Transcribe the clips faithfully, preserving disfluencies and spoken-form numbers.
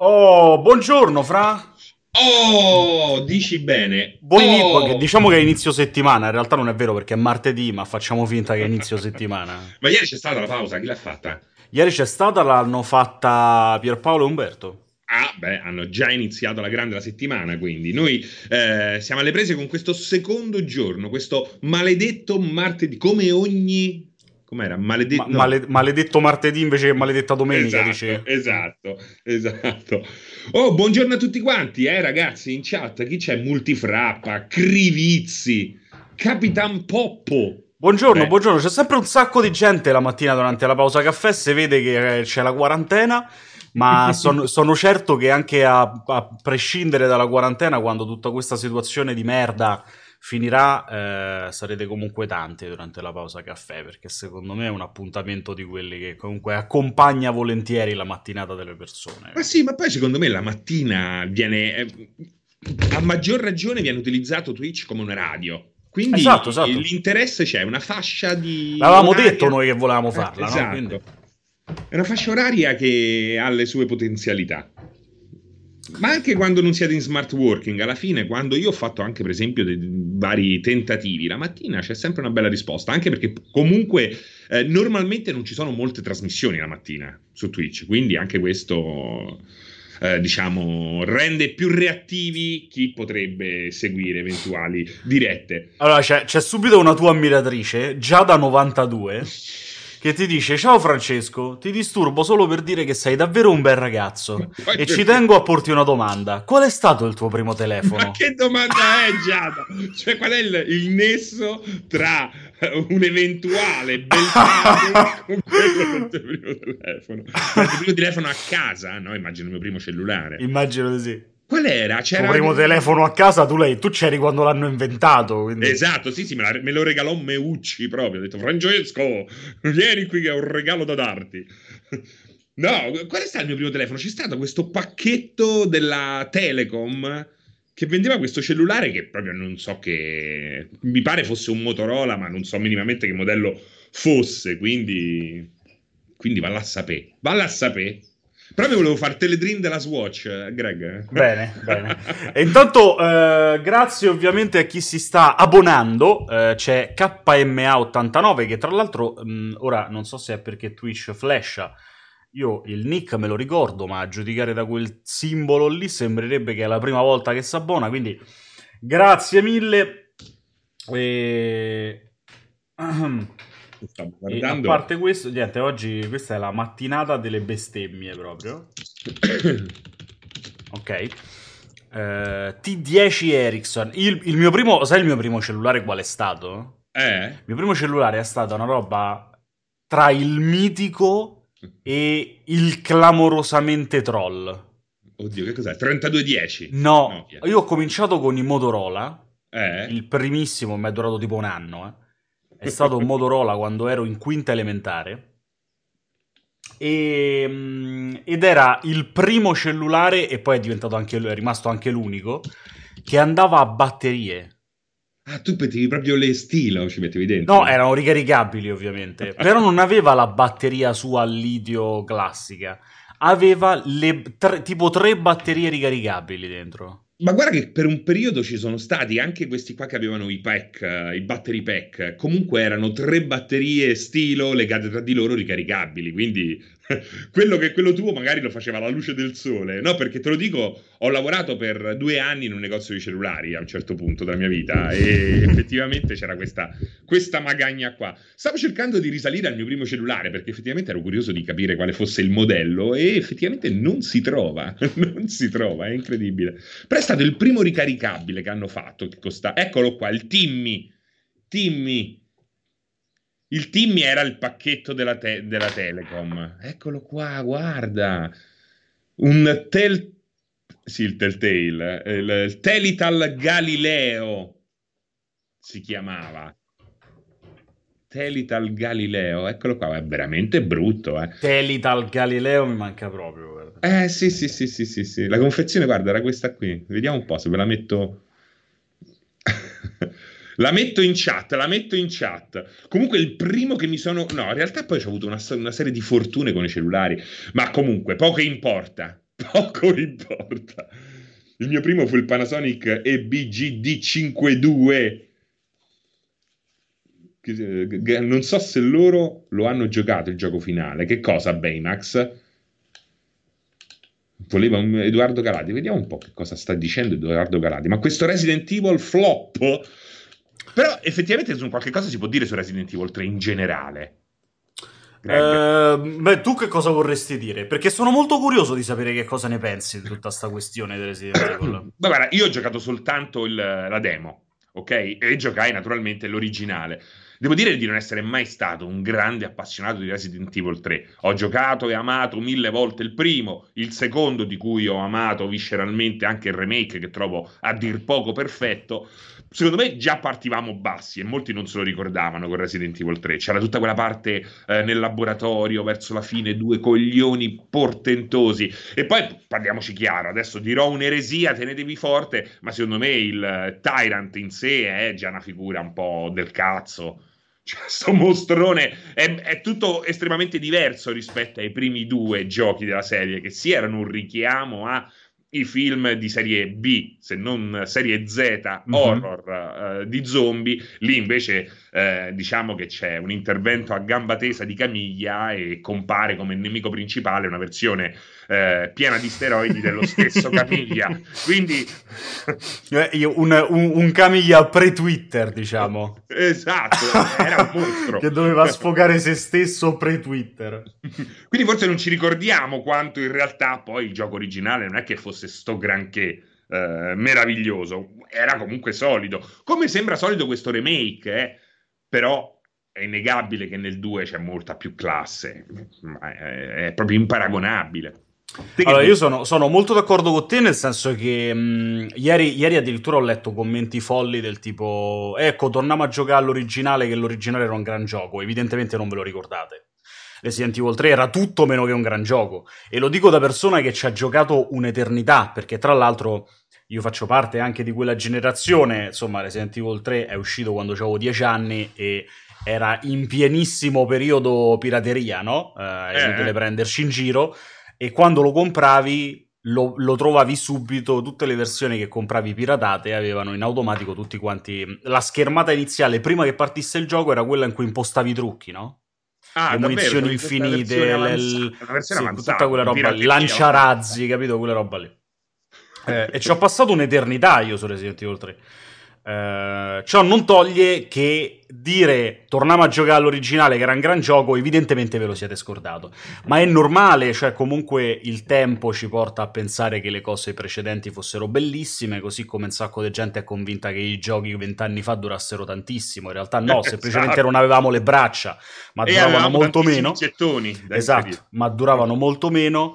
Oh, buongiorno Fra. Oh, dici bene. Buon inizio, che Oh, diciamo che è inizio settimana, in realtà non è vero perché è martedì, ma facciamo finta che è inizio settimana. ma ieri c'è stata la pausa, chi l'ha fatta? Ieri c'è stata, l'hanno fatta Pierpaolo e Umberto. Ah, beh, hanno già iniziato la grande la settimana, quindi noi eh, siamo alle prese con questo secondo giorno, questo maledetto martedì, come ogni... Com'era? Ma- Maledetto... No. male- maledetto martedì invece che maledetta domenica, Esatto, dice. esatto, esatto. Oh, buongiorno a tutti quanti, eh, ragazzi, in chat. Chi c'è? Multifrappa, Crivizzi, Capitan Poppo. Buongiorno, Beh, buongiorno, c'è sempre un sacco di gente la mattina durante la pausa caffè, si vede che eh, c'è la quarantena, ma son- sono certo che anche a, a prescindere dalla quarantena, quando tutta questa situazione di merda finirà, eh, sarete comunque tanti durante la pausa caffè, perché secondo me è un appuntamento di quelli che comunque accompagna volentieri la mattinata delle ma persone. sì, ma poi secondo me la mattina viene, eh, a maggior ragione viene utilizzato Twitch come una radio. Quindi Esatto, esatto. l'interesse c'è, una fascia di L'avevamo detto oraria. noi che volevamo Eh, farla, no? Quindi... esatto. È una fascia oraria che ha le sue potenzialità. Ma anche quando non siete in smart working, alla fine, quando io ho fatto anche, per esempio, dei vari tentativi, la mattina c'è sempre una bella risposta, anche perché comunque eh, normalmente non ci sono molte trasmissioni la mattina su Twitch, quindi anche questo, eh, diciamo, rende più reattivi chi potrebbe seguire eventuali dirette. Allora, c'è, c'è subito una tua ammiratrice, già da novantadue, che ti dice: Ciao Francesco, ti disturbo solo per dire che sei davvero un bel Ma ragazzo poi e ci perché? tengo a porti una domanda. Qual è stato il tuo primo Ma telefono? che domanda è, Giada? Cioè, qual è il, il nesso tra eh, un eventuale bel padre con quello del tuo primo telefono? Ma il tuo primo telefono a casa? No, immagino il mio primo cellulare. Immagino di sì. Qual era? Tuo C'era... primo telefono a casa, tu, lei, tu c'eri quando l'hanno inventato, quindi... Esatto, sì, sì, me, la- me lo regalò Meucci proprio. Ho detto, Francesco, vieni qui che ho un regalo da darti. No, qual è stato il mio primo telefono? C'è stato questo pacchetto della Telecom che vendeva questo cellulare che proprio non so che... Mi pare fosse un Motorola, ma non so minimamente che modello fosse, quindi... Quindi valla a sapere. Valla a sapere. Però mi volevo fare Teledream della Swatch, eh, Greg. Bene, bene. E intanto, eh, grazie ovviamente a chi si sta abbonando. Eh, c'è K M A ottantanove che tra l'altro, mh, ora non so se è perché Twitch flasha. Io il nick me lo ricordo, ma a giudicare da quel simbolo lì sembrerebbe che è la prima volta che si abbona, quindi grazie mille. E... Stavo e a guardando. parte questo, niente, oggi questa è la mattinata delle bestemmie proprio. Ok. Eh, T dieci Ericsson. Il, il mio primo, sai il mio primo cellulare qual è stato? Eh? Il mio primo cellulare è stata una roba tra il mitico e il clamorosamente troll. Oddio, che cos'è? trentadue dieci. No, Nokia. io ho cominciato con i Motorola. Eh? Il primissimo mi è durato tipo un anno. Eh. È stato un Motorola quando ero in quinta elementare. E, mm, ed era il primo cellulare, e poi è diventato anche, è rimasto anche l'unico, che andava a batterie. Ah, tu mettevi proprio le stilo, ci mettevi No, dentro. erano ricaricabili ovviamente, però non aveva la batteria su al litio classica, aveva le tre- tipo tre batterie ricaricabili dentro. Ma guarda che per un periodo ci sono stati anche questi qua che avevano i pack, eh, i battery pack. Comunque erano tre batterie stilo legate tra di loro ricaricabili. Quindi quello che è quello tuo magari lo faceva alla luce del sole. No, perché te lo dico, ho lavorato per due anni in un negozio di cellulari a un certo punto della mia vita e effettivamente c'era questa, questa magagna qua. Stavo cercando di risalire al mio primo cellulare perché effettivamente ero curioso di capire quale fosse il modello e effettivamente non si trova. Non si trova, è incredibile. Però è stato il primo ricaricabile che hanno fatto, che costa... Eccolo qua, il Timmy. Timmy. Il Timmy era il pacchetto della, te- della Telecom. Eccolo qua, guarda. Un tel... Sì, il Telltale. eh, Il, il Telital Galileo si chiamava. Telital Galileo. Eccolo qua, è veramente brutto, eh. Telital Galileo mi manca proprio, guarda. Eh sì, sì, sì, sì, sì, sì. La confezione, guarda, era questa qui. Vediamo un po' se ve la metto. La metto in chat, la metto in chat. Comunque il primo che mi sono... No, in realtà poi ho avuto una, una serie di fortune con i cellulari, ma comunque poco importa. Poco importa. Il mio primo fu il Panasonic E B G D cinquantadue. Non so se loro lo hanno giocato il gioco finale. Che cosa, Baymax? Voleva un Edoardo Galati. Vediamo un po' che cosa sta dicendo Edoardo Galati. Ma questo Resident Evil flop? Però effettivamente su qualche cosa si può dire su Resident Evil tre in generale. Uh, beh, tu che cosa vorresti dire? Perché sono molto curioso di sapere che cosa ne pensi di tutta questa questione di Resident Evil. Beh, guarda, io ho giocato soltanto il, la demo, ok? E giocai naturalmente l'originale. Devo dire di non essere mai stato un grande appassionato di Resident Evil tre. Ho giocato e amato mille volte il primo, il secondo di cui ho amato visceralmente anche il remake che trovo a dir poco perfetto. Secondo me già partivamo bassi e molti non se lo ricordavano con Resident Evil tre. C'era tutta quella parte eh, nel laboratorio verso la fine, due coglioni portentosi. E poi parliamoci chiaro, adesso dirò un'eresia, tenetevi forte, ma secondo me il Tyrant in sé è già una figura un po' del cazzo. Cioè, sto mostrone è, è tutto estremamente diverso rispetto ai primi due giochi della serie, che sì erano un richiamo a i film di serie B, se non serie Z, mm-hmm. horror uh, di zombie. Lì invece eh, diciamo che c'è un intervento a gamba tesa di Camiglia e compare come nemico principale una versione eh, piena di steroidi dello stesso Camiglia. Quindi un, un, un Camiglia pre-Twitter, diciamo. Esatto, era un mostro che doveva sfogare se stesso pre-Twitter. Quindi forse non ci ricordiamo quanto in realtà poi il gioco originale non è che fosse sto granché eh, meraviglioso, era comunque solido, come sembra solido questo remake, eh? Però è innegabile che nel due c'è molta più classe, è, è proprio imparagonabile. Allora, io sono, sono molto d'accordo con te, nel senso che mh, ieri, ieri addirittura ho letto commenti folli del tipo ecco, torniamo a giocare all'originale, che l'originale era un gran gioco. Evidentemente non ve lo ricordate. Resident Evil tre era tutto meno che un gran gioco, e lo dico da persona che ci ha giocato un'eternità, perché tra l'altro io faccio parte anche di quella generazione. Insomma, Resident Evil tre è uscito quando avevo dieci anni e era in pienissimo periodo pirateria, no? Eh, è inutile eh. prenderci in giro. E quando lo compravi lo, lo trovavi subito, tutte le versioni che compravi piratate avevano in automatico tutti quanti... La schermata iniziale prima che partisse il gioco era quella in cui impostavi i trucchi, no? Ah, le munizioni davvero, infinite, l... sì, tutta quella roba lì, lanciarazzi, capito? Quella roba lì. Eh, e ci ho passato un'eternità io su Resident Evil tre. Uh, ciò non toglie che dire torniamo a giocare all'originale che era un gran gioco, evidentemente ve lo siete scordato, ma è normale, cioè comunque il tempo ci porta a pensare che le cose precedenti fossero bellissime, così come un sacco di gente è convinta che i giochi vent'anni fa durassero tantissimo. In realtà no, semplicemente esatto. non avevamo le braccia, ma e duravano molto meno gettoni, esatto, ma duravano molto meno.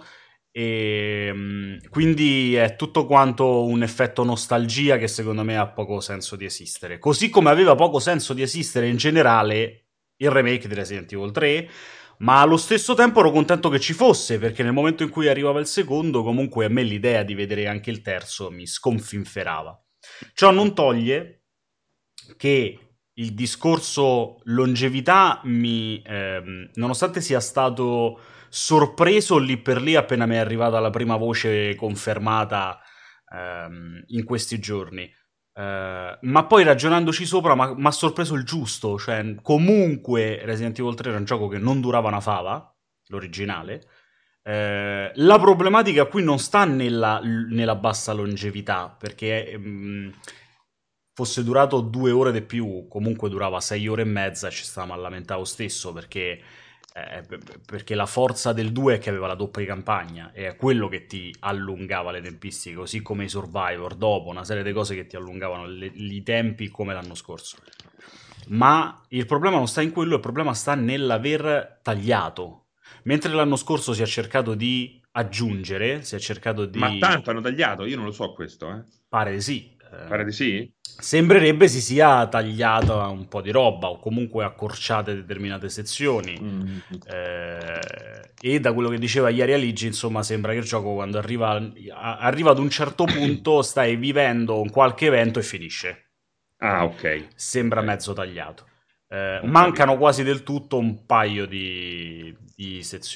E quindi è tutto quanto un effetto nostalgia che secondo me ha poco senso di esistere, così come aveva poco senso di esistere in generale il remake di Resident Evil tre, ma allo stesso tempo ero contento che ci fosse, perché nel momento in cui arrivava il secondo comunque a me l'idea di vedere anche il terzo mi sconfinferava. Ciò non toglie che il discorso longevità mi ehm, nonostante sia stato sorpreso lì per lì appena mi è arrivata la prima voce confermata ehm, in questi giorni, eh, ma poi ragionandoci sopra mi ha sorpreso il giusto. Cioè comunque Resident Evil tre era un gioco che non durava una fava, l'originale. Eh, la problematica qui non sta nella, nella bassa longevità, perché ehm, fosse durato due ore di più, comunque durava sei ore e mezza, ci stavamo a lamentare lo stesso, perché Eh, perché la forza del due è che aveva la doppia campagna, e è quello che ti allungava le tempistiche, così come i Survivor dopo, una serie di cose che ti allungavano le, i tempi come l'anno scorso. Ma il problema non sta in quello, il problema sta nell'aver tagliato. Mentre l'anno scorso si è cercato di aggiungere, si è cercato di... Ma tanto hanno tagliato? Io non lo so questo, eh. Pare di sì. Pare di sì? Sembrerebbe si sia tagliata un po' di roba, o comunque accorciate determinate sezioni. Mm. Eh, e da quello che diceva ieri Aligi, insomma, sembra che il gioco quando arriva, a, arriva ad un certo punto stai vivendo un qualche evento e finisce. Ah, ok. Sembra okay. mezzo tagliato. Eh, mancano quasi del tutto un paio di, di sezioni.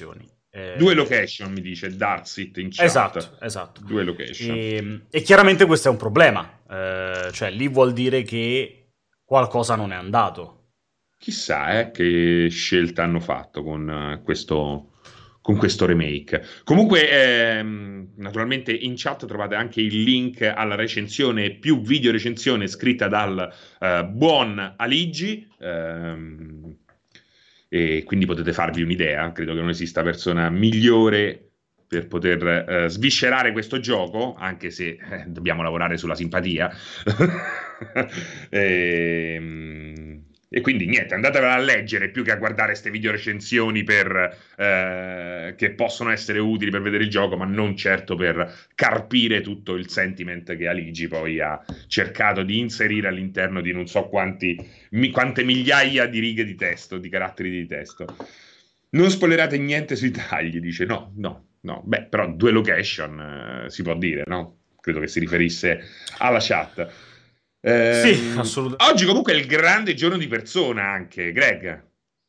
Due Eh, location, mi dice Darsit in esatto, chat. esatto. Due location. E, e chiaramente questo è un problema, eh, cioè lì vuol dire che qualcosa non è andato. Chissà, eh, che scelta hanno fatto con eh, questo, con questo remake. Comunque, ehm, naturalmente in chat trovate anche il link alla recensione più video recensione scritta dal eh, buon Aligi. ehm, e quindi potete farvi un'idea. Credo che non esista persona migliore per poter eh, sviscerare questo gioco, anche se eh, dobbiamo lavorare sulla simpatia. e, e quindi niente, andatevela a leggere più che a guardare queste video recensioni per, eh, che possono essere utili per vedere il gioco, ma non certo per carpire tutto il sentiment che Aligi poi ha cercato di inserire all'interno di non so quanti, mi, quante migliaia di righe di testo, di caratteri di testo. Non spoilerate niente sui tagli, dice no, no, no. Beh, però due location eh, si può dire, no? Credo che si riferisse alla chat. Sì, Ehm, assolutamente. oggi comunque è il grande giorno di persona anche, Greg.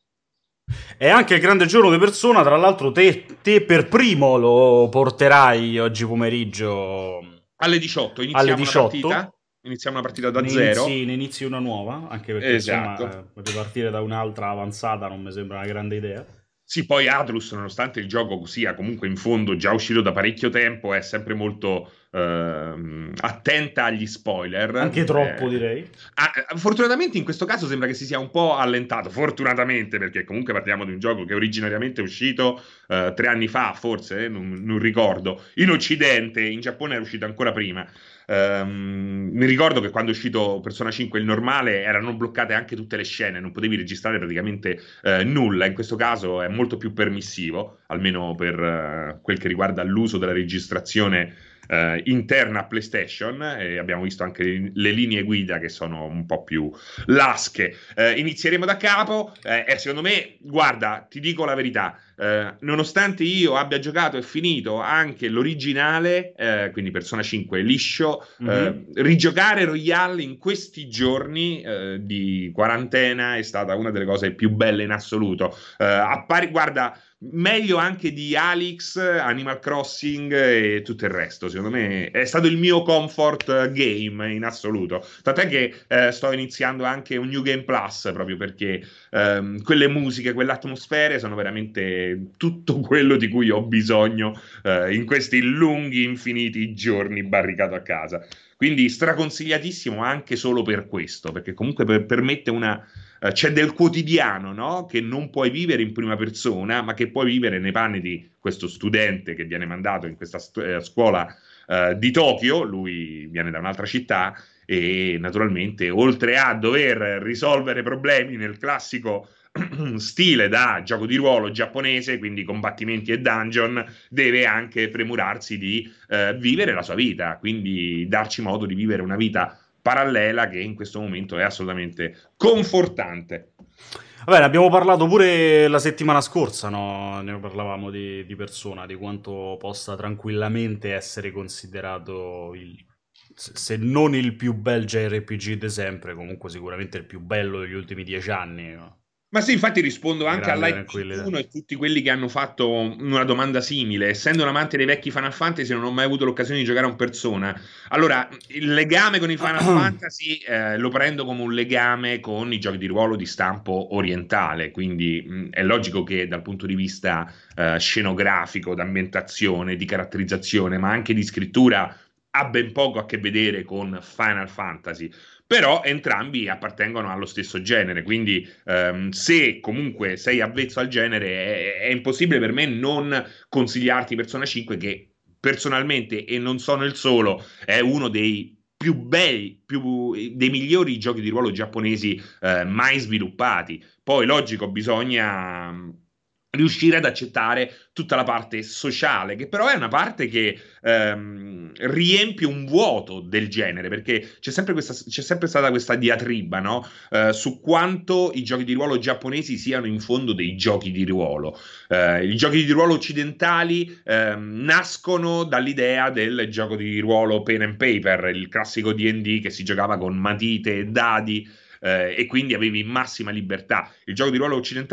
È anche il grande giorno di persona, tra l'altro te, te per primo lo porterai oggi pomeriggio Alle diciotto alle iniziamo una partita, diciotto. iniziamo una partita da Ne zero. inizi, ne inizi una nuova, anche perché Esatto. insomma eh, ripartire da un'altra avanzata non mi sembra una grande idea. Sì, poi Atlus, nonostante il gioco sia comunque in fondo già uscito da parecchio tempo, è sempre molto ehm, attenta agli spoiler. Anche troppo Eh, direi. ah, fortunatamente in questo caso sembra che si sia un po' allentato, fortunatamente, perché comunque parliamo di un gioco che originariamente è uscito eh, tre anni fa, forse, eh, non, non ricordo, in Occidente, in Giappone era uscito ancora prima. Ehm, mi ricordo che quando è uscito Persona cinque il normale erano bloccate anche tutte le scene, non potevi registrare praticamente eh, nulla. In questo caso è molto più permissivo, almeno per eh, quel che riguarda l'uso della registrazione eh, interna a PlayStation. E abbiamo visto anche le, le linee guida che sono un po' più lasche. Eh, inizieremo da capo eh, e secondo me, guarda, ti dico la verità. Eh, nonostante io abbia giocato e finito anche l'originale, eh, quindi Persona cinque liscio, eh, Mhm. rigiocare Royale in questi giorni eh, di quarantena è stata una delle cose più belle in assoluto. Eh, appari- guarda, meglio anche di Alex, Animal Crossing e tutto il resto. Secondo me è stato il mio comfort game in assoluto. Tant'è che eh, sto iniziando anche un New Game Plus proprio perché ehm, quelle musiche, quelle atmosfere sono veramente tutto quello di cui ho bisogno eh, in questi lunghi, infiniti giorni barricato a casa. Quindi straconsigliatissimo anche solo per questo, perché comunque per- permette una... eh, c'è del quotidiano, no? Che non puoi vivere in prima persona, ma che puoi vivere nei panni di questo studente che viene mandato in questa st- eh, scuola eh, di Tokyo, lui viene da un'altra città e naturalmente oltre a dover risolvere problemi nel classico stile da gioco di ruolo giapponese, quindi combattimenti e dungeon, deve anche premurarsi di eh, vivere la sua vita, quindi darci modo di vivere una vita parallela che in questo momento è assolutamente confortante. Vabbè, ne abbiamo parlato pure la settimana scorsa, no? Ne parlavamo di, di Persona, di quanto possa tranquillamente essere considerato il, se se non il più bel J R P G di sempre, comunque sicuramente il più bello degli ultimi dieci anni, no? Ma sì, infatti rispondo anche Grande all'I P tranquillità. uno e tutti quelli che hanno fatto una domanda simile. Essendo un amante dei vecchi Final Fantasy, non ho mai avuto l'occasione di giocare a un Persona. Allora, il legame con i Final Fantasy eh, lo prendo come un legame con i giochi di ruolo di stampo orientale, quindi mh, è logico che dal punto di vista eh, scenografico, d'ambientazione, di caratterizzazione, ma anche di scrittura, ha ben poco a che vedere con Final Fantasy. Però entrambi appartengono allo stesso genere, quindi ehm, se comunque sei avvezzo al genere, è, è impossibile per me non consigliarti Persona cinque, che personalmente, e non sono il solo, è uno dei più bei, più, dei migliori giochi di ruolo giapponesi eh, mai sviluppati. Poi, logico, bisogna mh, riuscire ad accettare tutta la parte sociale, che però è una parte che ehm, riempie un vuoto del genere, perché c'è sempre, questa, c'è sempre stata questa diatriba, no? Eh, su quanto i giochi di ruolo giapponesi siano in fondo dei giochi di ruolo. Eh, I giochi di ruolo occidentali ehm, nascono dall'idea del gioco di ruolo pen and paper, il classico D and D che si giocava con matite e dadi. Eh, e quindi avevi massima libertà. Il gioco di ruolo occidentale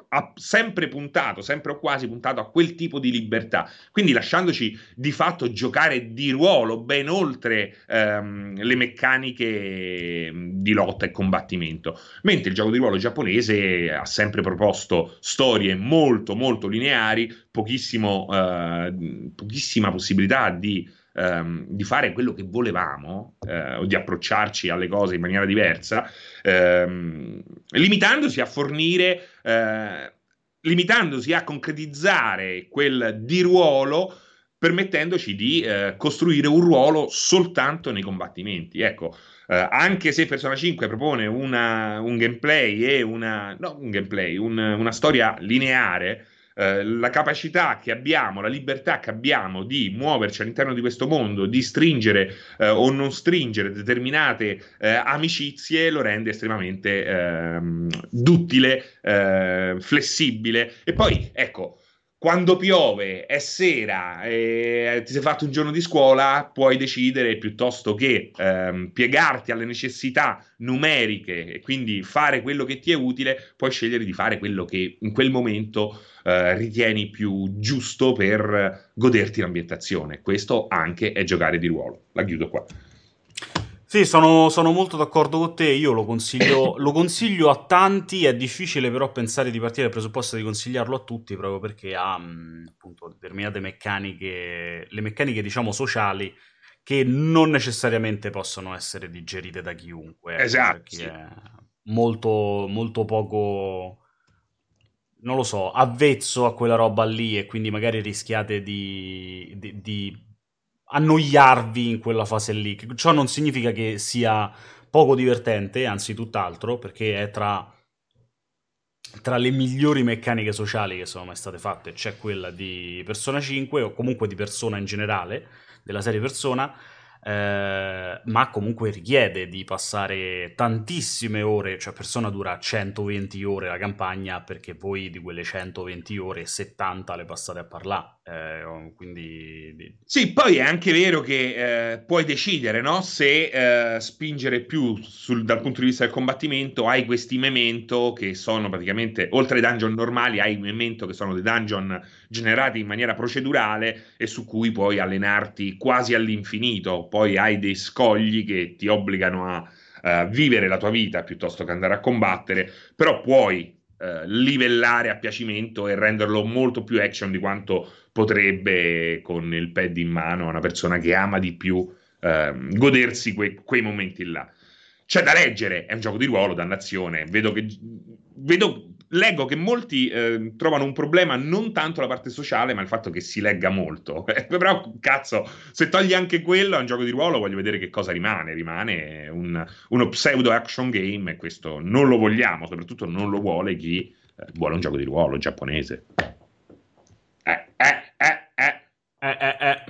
ha sempre puntato, sempre o quasi puntato a quel tipo di libertà, quindi lasciandoci di fatto giocare di ruolo ben oltre ehm, le meccaniche di lotta e combattimento, mentre il gioco di ruolo giapponese ha sempre proposto storie molto molto lineari, pochissimo, eh, pochissima possibilità di ehm, di fare quello che volevamo eh, o di approcciarci alle cose in maniera diversa, ehm, limitandosi a fornire, eh, limitandosi a concretizzare quel di ruolo, permettendoci di eh, costruire un ruolo soltanto nei combattimenti. Ecco, eh, anche se Persona cinque propone una, un gameplay e una, no, un gameplay, un, una storia lineare, eh, la capacità che abbiamo, la libertà che abbiamo di muoverci all'interno di questo mondo, di stringere eh, o non stringere determinate eh, amicizie, lo rende estremamente ehm, duttile, eh, flessibile. E poi, ecco, quando piove, è sera, e ti sei fatto un giorno di scuola, puoi decidere piuttosto che ehm, piegarti alle necessità numeriche e quindi fare quello che ti è utile, puoi scegliere di fare quello che in quel momento eh, ritieni più giusto per goderti l'ambientazione. Questo anche è giocare di ruolo. La chiudo qua. Sì, sono, sono molto d'accordo con te, io lo consiglio, lo consiglio a tanti, è difficile però pensare di partire dal presupposto di consigliarlo a tutti proprio perché ha mh, appunto determinate meccaniche, le meccaniche diciamo sociali che non necessariamente possono essere digerite da chiunque, ecco, c'è Esatto, chi sì. è molto, molto poco, non lo so, avvezzo a quella roba lì e quindi magari rischiate di, di, di annoiarvi in quella fase lì. Che ciò non significa che sia poco divertente, anzi tutt'altro, perché è tra, tra le migliori meccaniche sociali che sono mai state fatte. C'è quella di Persona cinque o comunque di Persona in generale, della serie Persona, eh, ma comunque richiede di passare tantissime ore, cioè Persona dura centoventi ore la campagna perché voi di quelle centoventi ore settanta le passate a parlare, eh, quindi Sì, poi è anche vero che eh, puoi decidere, no? Se eh, spingere più sul- dal punto di vista del combattimento, hai questi memento che sono praticamente, oltre ai dungeon normali, hai i memento che sono dei dungeon generati in maniera procedurale e su cui puoi allenarti quasi all'infinito. Poi hai dei scogli che ti obbligano a eh, vivere la tua vita piuttosto che andare a combattere, però puoi eh, livellare a piacimento e renderlo molto più action di quanto potrebbe con il pad in mano una persona che ama di più ehm, godersi que- quei momenti là. C'è da leggere, è un gioco di ruolo, dannazione. Vedo che, vedo, leggo che molti eh, trovano un problema non tanto la parte sociale, ma il fatto che si legga molto. Però, cazzo, se togli anche quello a un gioco di ruolo, voglio vedere che cosa rimane. Rimane un, uno pseudo action game e questo non lo vogliamo, soprattutto non lo vuole chi eh, vuole un gioco di ruolo giapponese. Eh, eh, eh, eh. Eh, eh, eh.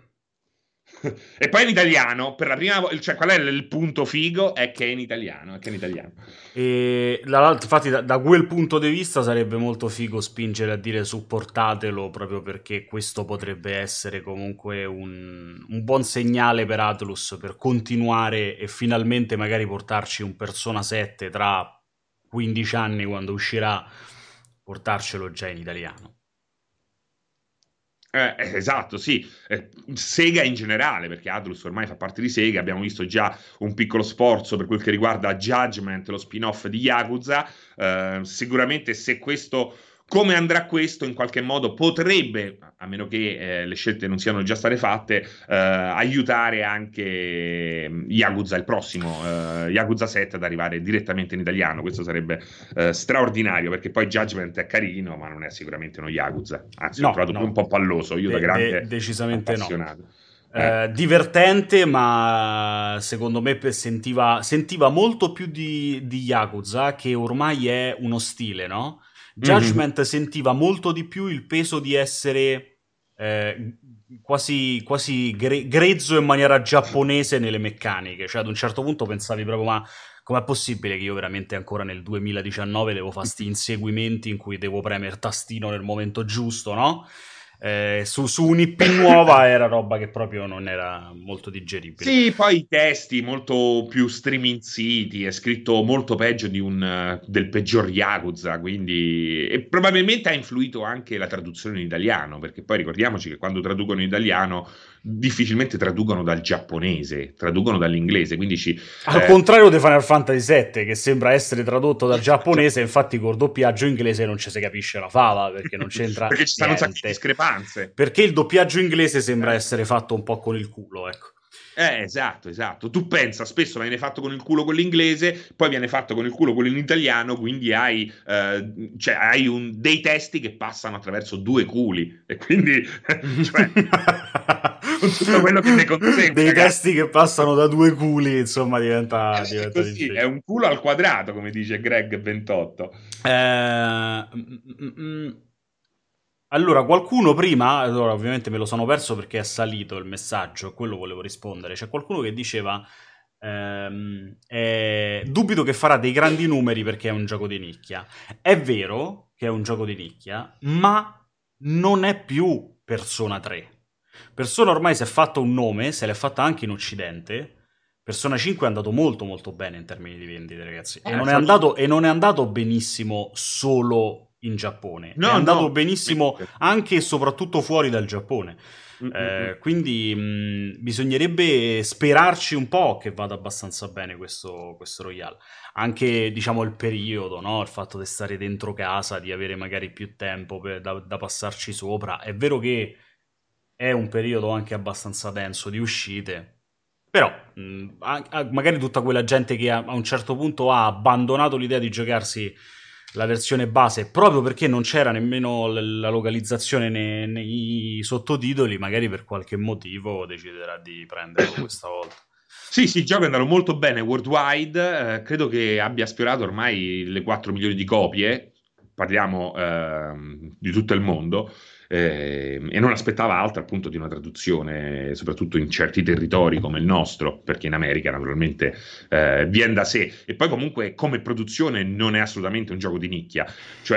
E poi in italiano, per la prima volta, cioè qual è il punto figo? È che è in italiano, è che è in italiano. E dall'altro, infatti, da, da quel punto di vista sarebbe molto figo spingere a dire supportatelo proprio perché questo potrebbe essere comunque un, un buon segnale per Atlus per continuare e finalmente magari portarci un Persona sette tra quindici anni quando uscirà, portarcelo già in italiano. Eh, eh, esatto, sì. Eh, Sega in generale, perché Atlus ormai fa parte di Sega, abbiamo visto già un piccolo sforzo per quel che riguarda Judgment, lo spin-off di Yakuza. Eh, sicuramente se questo, come andrà questo, in qualche modo potrebbe, a meno che eh, le scelte non siano già state fatte, eh, aiutare anche mm, Yakuza, il prossimo eh, Yakuza sette ad arrivare direttamente in italiano. Questo sarebbe eh, straordinario, perché poi Judgment è carino, ma non è sicuramente uno Yakuza. Anzi, l'ho No, trovato più un no, po' palloso, io da de- de- grande decisamente no. appassionato. Eh. Eh, divertente, ma secondo me pe- sentiva, sentiva molto più di, di Yakuza, che ormai è uno stile, no? Mhm. Judgment sentiva molto di più il peso di essere eh, quasi, quasi gre- grezzo in maniera giapponese nelle meccaniche. Cioè, ad un certo punto pensavi proprio, ma com'è possibile che io veramente ancora nel duemiladiciannove devo fare sti inseguimenti in cui devo premere tastino nel momento giusto, no? eh, su, su un'I P nuova era roba che proprio non era molto digeribile. Sì, poi i testi molto più striminziti, è scritto molto peggio di un, eh, del peggior Yakuza, quindi e probabilmente ha influito anche la traduzione in italiano, perché poi ricordiamoci che quando traducono in italiano difficilmente traducono dal giapponese, traducono dall'inglese, quindi ci... Al eh, contrario di Final Fantasy sette, che sembra essere tradotto dal giapponese, infatti col doppiaggio inglese non ci si capisce una fava, perché non c'entra perché ci stanno un sacco di niente. discrepanze. Perché il doppiaggio inglese sembra Eh. essere fatto un po' con il culo, ecco. Eh, esatto, esatto. Tu pensa, spesso viene fatto con il culo quello inglese, poi viene fatto con il culo quello in italiano, quindi hai, eh, cioè, hai un- dei testi che passano attraverso due culi. E quindi, cioè, con tutto quello che ne consegue, Dei ragazzi. testi che passano da due culi, insomma, diventa, È diventa così, è difficile. un culo al quadrato, come dice Greg ventotto. Eh, mm, mm, mm. Allora, qualcuno prima, allora ovviamente me lo sono perso perché è salito il messaggio, a quello volevo rispondere. C'è qualcuno che diceva, ehm, eh, dubito che farà dei grandi numeri perché è un gioco di nicchia. È vero che è un gioco di nicchia, ma non è più Persona tre. Persona ormai si è fatto un nome, se l'è fatta anche in Occidente. Persona cinque è andato molto molto bene in termini di vendite, ragazzi. E Eh, non è faccio- andato, e non è andato benissimo solo in Giappone. È No, andato no. benissimo anche e soprattutto fuori dal Giappone. Mm, mm, mm. Eh, quindi mh, bisognerebbe sperarci un po' che vada abbastanza bene questo, questo Royale. Anche, diciamo, il periodo, no? Il fatto di stare dentro casa, di avere magari più tempo per- da, da passarci sopra. È vero che è un periodo anche abbastanza denso di uscite, però mh, a- a- magari tutta quella gente che a, a un certo punto ha abbandonato l'idea di giocarsi la versione base proprio perché non c'era nemmeno l- la localizzazione ne- nei sottotitoli, magari per qualche motivo deciderà di prenderlo questa volta. Sì, sì, il gioco è andato molto bene worldwide, eh, credo che abbia sfiorato ormai le quattro milioni di copie, parliamo ehm, di tutto il mondo, eh, e non aspettava altro appunto di una traduzione, soprattutto in certi territori come il nostro, perché in America naturalmente eh, viene da sé. E poi comunque come produzione non è assolutamente un gioco di nicchia,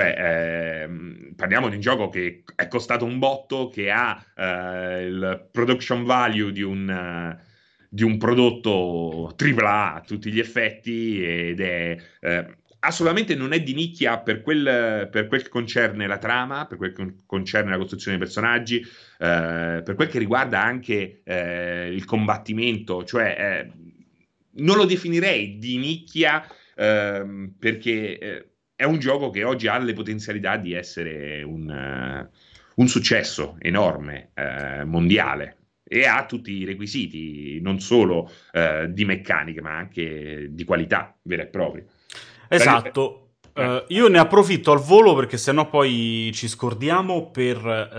cioè ehm, parliamo di un gioco che è costato un botto, che ha eh, il production value di un... eh, di un prodotto tripla A a tutti gli effetti ed è eh, assolutamente non è di nicchia per quel, per quel che concerne la trama, per quel che concerne la costruzione dei personaggi, eh, per quel che riguarda anche eh, il combattimento, cioè eh, non lo definirei di nicchia ehm, perché eh, è un gioco che oggi ha le potenzialità di essere un, eh, un successo enorme, eh, mondiale e ha tutti i requisiti, non solo eh, di meccaniche, ma anche di qualità vera e propria. La ri- Esatto. eh, Eh, io ne approfitto al volo perché sennò poi ci scordiamo per,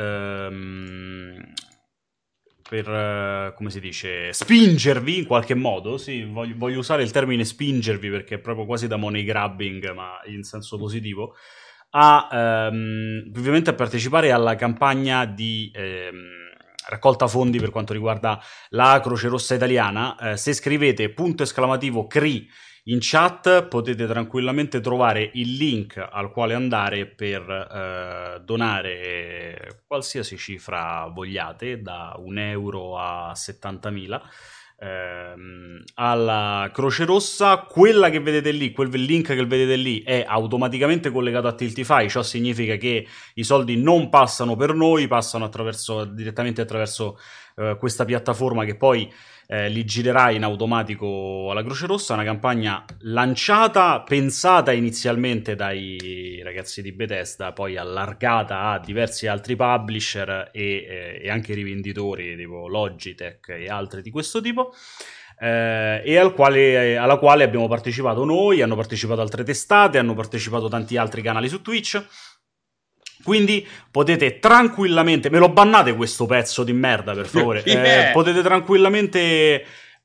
ehm, per eh, come si dice, spingervi in qualche modo. Sì, voglio, voglio usare il termine spingervi perché è proprio quasi da money grabbing, ma in senso positivo, a ehm, ovviamente a partecipare alla campagna di ehm, raccolta fondi per quanto riguarda la Croce Rossa Italiana. Eh, se scrivete punto esclamativo C R I in chat potete tranquillamente trovare il link al quale andare per eh, donare qualsiasi cifra vogliate, da un euro a settantamila, ehm, alla Croce Rossa. Quella che vedete lì, quel link che vedete lì è automaticamente collegato a Tiltify, ciò significa che i soldi non passano per noi, passano attraverso, direttamente attraverso eh, questa piattaforma che poi eh, li girerà in automatico alla Croce Rossa. Una campagna lanciata, pensata inizialmente dai ragazzi di Bethesda, poi allargata a diversi altri publisher e, eh, e anche rivenditori tipo Logitech e altri di questo tipo. Eh, e al quale, alla quale abbiamo partecipato noi, hanno partecipato altre testate, hanno partecipato tanti altri canali su Twitch. Quindi potete tranquillamente, me lo bannate questo pezzo di merda per favore, eh, yeah! potete tranquillamente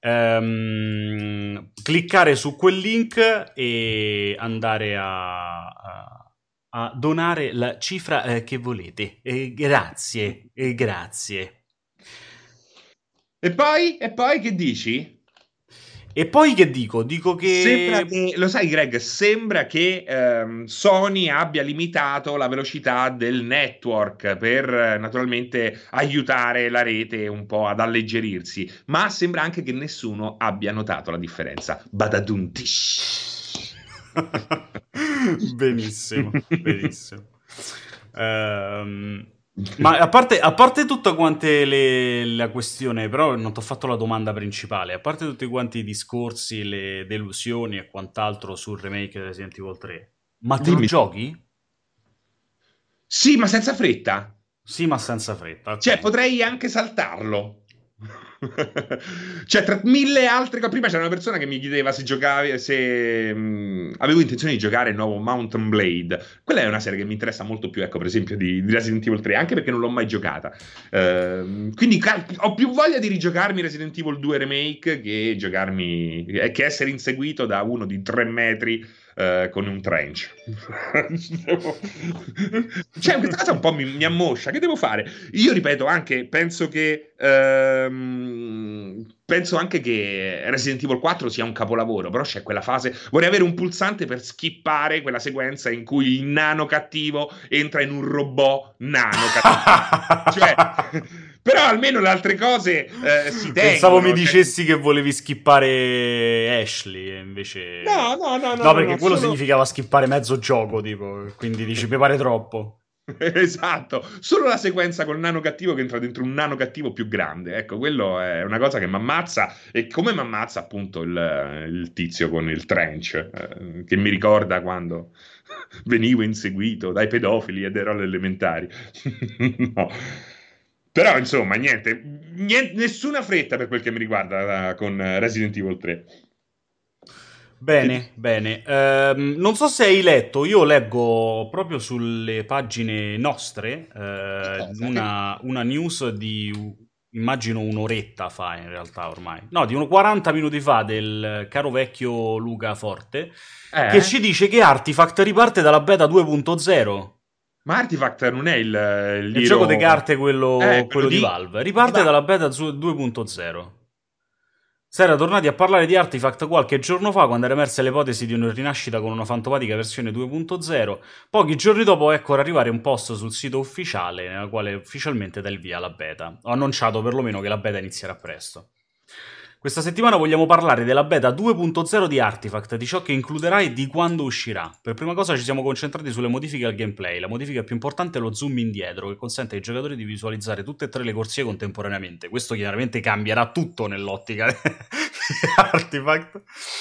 ehm, cliccare su quel link e andare a, a, a donare la cifra eh, che volete. Eh, grazie, eh, grazie. E poi, e poi che dici? E poi che dico? Dico Sembra che... che, lo sai Greg, sembra che ehm, Sony abbia limitato la velocità del network per eh, naturalmente aiutare la rete un po' ad alleggerirsi, ma sembra anche che nessuno abbia notato la differenza. Badadun tish. Benissimo, benissimo. Ehm, ma a parte, a parte tutte quante le, la questione, però non ti ho fatto la domanda principale, a parte tutti quanti i discorsi, le delusioni e quant'altro sul remake di Resident Evil tre, ma te lo Dimmi. giochi? Sì, ma senza fretta. Sì, ma senza fretta, Cioè, ok. potrei anche saltarlo. Cioè, tra mille altre cose. Prima c'era una persona che mi chiedeva se giocavi, se mh, avevo intenzione di giocare il nuovo Mountain Blade. Quella è una serie che mi interessa molto più, ecco, per esempio, di, di Resident Evil tre, anche perché non l'ho mai giocata. Ehm, quindi ca- ho più voglia di rigiocarmi Resident Evil due Remake che giocarmi, eh, che essere inseguito da uno di tre metri eh, con un trench. Cioè, questa cosa un po' mi, mi ammoscia. Che devo fare? Io ripeto anche, penso che ehm, penso anche che Resident Evil quattro sia un capolavoro, però c'è quella fase. Vorrei avere un pulsante per skippare quella sequenza in cui il nano cattivo entra in un robot nano cattivo. Cioè, però almeno le altre cose eh, si Pensavo mi tengono. Cioè... dicessi che volevi skippare Ashley, e invece... No, no, no, no, No, no, perché no, quello solo... significava skippare mezzo gioco, tipo, quindi dici, mi pare troppo. Esatto, solo la sequenza col nano cattivo che entra dentro un nano cattivo più grande. Ecco, quello è una cosa che mi ammazza e come mi ammazza appunto il, il tizio con il trench, eh, che mi ricorda quando venivo inseguito dai pedofili ed ero alle elementari. No. Però insomma, niente, niente, nessuna fretta per quel che mi riguarda eh, con Resident Evil tre. Che Bene, dici? bene. Ehm, non so se hai letto, io leggo proprio sulle pagine nostre Che eh, cosa? Che... una, una news di, immagino un'oretta fa in realtà ormai, no, di uno quaranta minuti fa del caro vecchio Luca Forte, che Eh? ci dice che Artifact riparte dalla beta due punto zero. Ma Artifact non è il, il Il gioco di Hero... carte, Eh, quello, quello quello di di... Valve, di riparte Valve. dalla beta due punto zero. Si era tornati a parlare di Artifact qualche giorno fa, quando era emersa l'ipotesi di una rinascita con una fantomatica versione due punto zero. Pochi giorni dopo ecco arrivare un post sul sito ufficiale nella quale ufficialmente dà il via alla beta. Ho annunciato perlomeno che la beta inizierà presto. Questa settimana vogliamo parlare della beta due punto zero di Artifact, di ciò che includerà e di quando uscirà. Per prima cosa ci siamo concentrati sulle modifiche al gameplay. La modifica più importante è lo zoom indietro, che consente ai giocatori di visualizzare tutte e tre le corsie contemporaneamente. Questo chiaramente cambierà tutto nell'ottica di Artifact.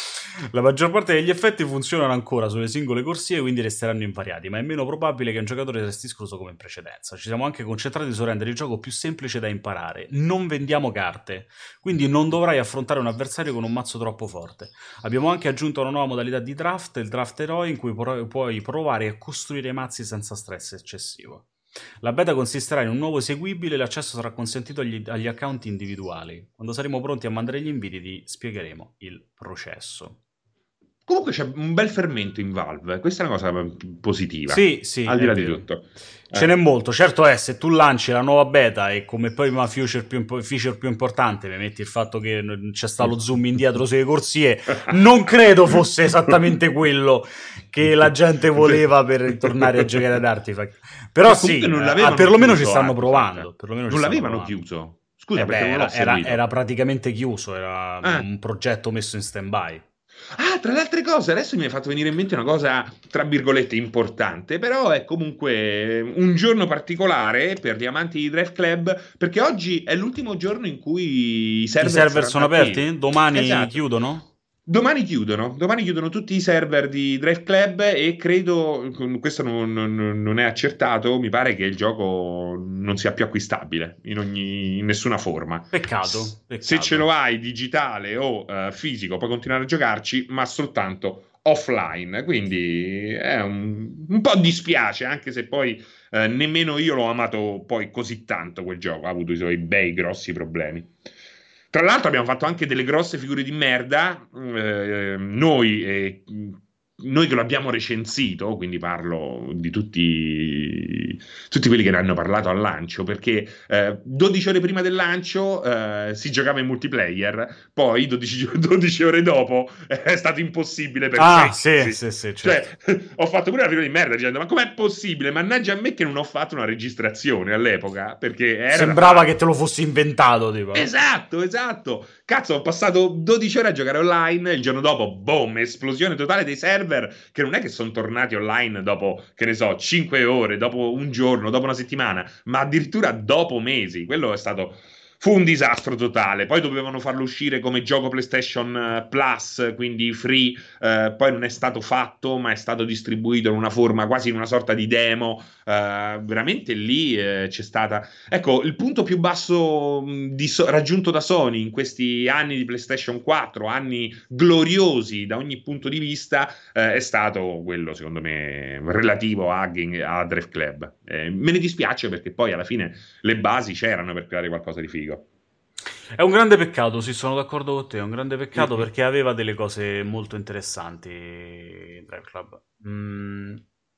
La maggior parte degli effetti funzionano ancora sulle singole corsie, quindi resteranno invariati, ma è meno probabile che un giocatore resti escluso come in precedenza. Ci siamo anche concentrati su rendere il gioco più semplice da imparare. Non vendiamo carte, quindi non dovrai affrontare un avversario con un mazzo troppo forte. Abbiamo anche aggiunto una nuova modalità di draft, il draft eroi, in cui pro- puoi provare a costruire mazzi senza stress eccessivo. La beta consisterà in un nuovo eseguibile e l'accesso sarà consentito agli, agli account individuali. Quando saremo pronti a mandare gli inviti ti spiegheremo il processo. Comunque c'è un bel fermento in Valve, questa è una cosa positiva, Sì, sì, al di è là di vero. tutto. Ce n'è Eh. molto. Certo è, se tu lanci la nuova beta e come prima feature più, impo- feature più importante mi metti il fatto che n- c'è sta lo zoom indietro sulle corsie, non credo fosse esattamente quello che la gente voleva per ritornare a giocare ad Artifact. Però Ma comunque sì, non eh, l'avevano perlomeno ci chiuso stanno Artifact. provando. Perlomeno ci Non stanno l'avevano provando. chiuso. Eh Scusa, perché beh, non l'ho era, era- seguito. era praticamente chiuso, era Ah. un progetto messo in stand-by. Ah, tra le altre cose, adesso mi hai fatto venire in mente una cosa, tra virgolette, importante, però è comunque un giorno particolare per gli amanti di Drive Club, perché oggi è l'ultimo giorno in cui i I server server saranno sono attivi. aperti? Domani Esatto. chiudono? Domani chiudono, domani chiudono tutti i server di Drive Club e credo, questo non, non- non è accertato, mi pare che il gioco non sia più acquistabile in, ogni, in nessuna forma. S- Peccato, Se ce peccato. lo hai digitale o eh, fisico puoi continuare a giocarci, ma soltanto offline. Quindi è un, un po' dispiace, anche se poi eh, nemmeno io l'ho amato poi così tanto quel gioco, ha avuto i suoi bei grossi problemi. Tra l'altro abbiamo fatto anche delle grosse figure di merda, eh, noi e noi che lo abbiamo recensito, quindi parlo di tutti, tutti quelli che ne hanno parlato al lancio, perché eh, dodici ore prima del lancio eh, si giocava in multiplayer, poi dodici, dodici ore dopo eh, è stato impossibile per Ah, sei sì, mesi. sì, sì, certo. Cioè, ho fatto pure una figura di merda dicendo: ma com'è possibile? Mannaggia a me che non ho fatto una registrazione all'epoca, perché era da Sembrava fare. che te lo fossi inventato, tipo, no? Esatto, esatto. Cazzo, ho passato dodici ore a giocare online, il giorno dopo, boom, esplosione totale dei server, che non è che sono tornati online dopo, che ne so, cinque ore, dopo un giorno, dopo una settimana, ma addirittura dopo mesi. Quello è stato... Fu un disastro totale. Poi dovevano farlo uscire come gioco PlayStation eh, Plus, quindi free. Eh, poi non è stato fatto, ma è stato distribuito in una forma quasi in una sorta di demo. Eh, veramente lì eh, c'è stata. Ecco, il punto più basso mh, di so- raggiunto da Sony in questi anni di PlayStation quattro, anni gloriosi da ogni punto di vista, eh, è stato quello, secondo me, relativo a, Gang- a Drive Club. Eh, me ne dispiace perché poi alla fine le basi c'erano per creare qualcosa di figo. È un grande peccato, sì, sono d'accordo con te, è un grande peccato Mm-mm. perché aveva delle cose molto interessanti, Drive Club. Mm,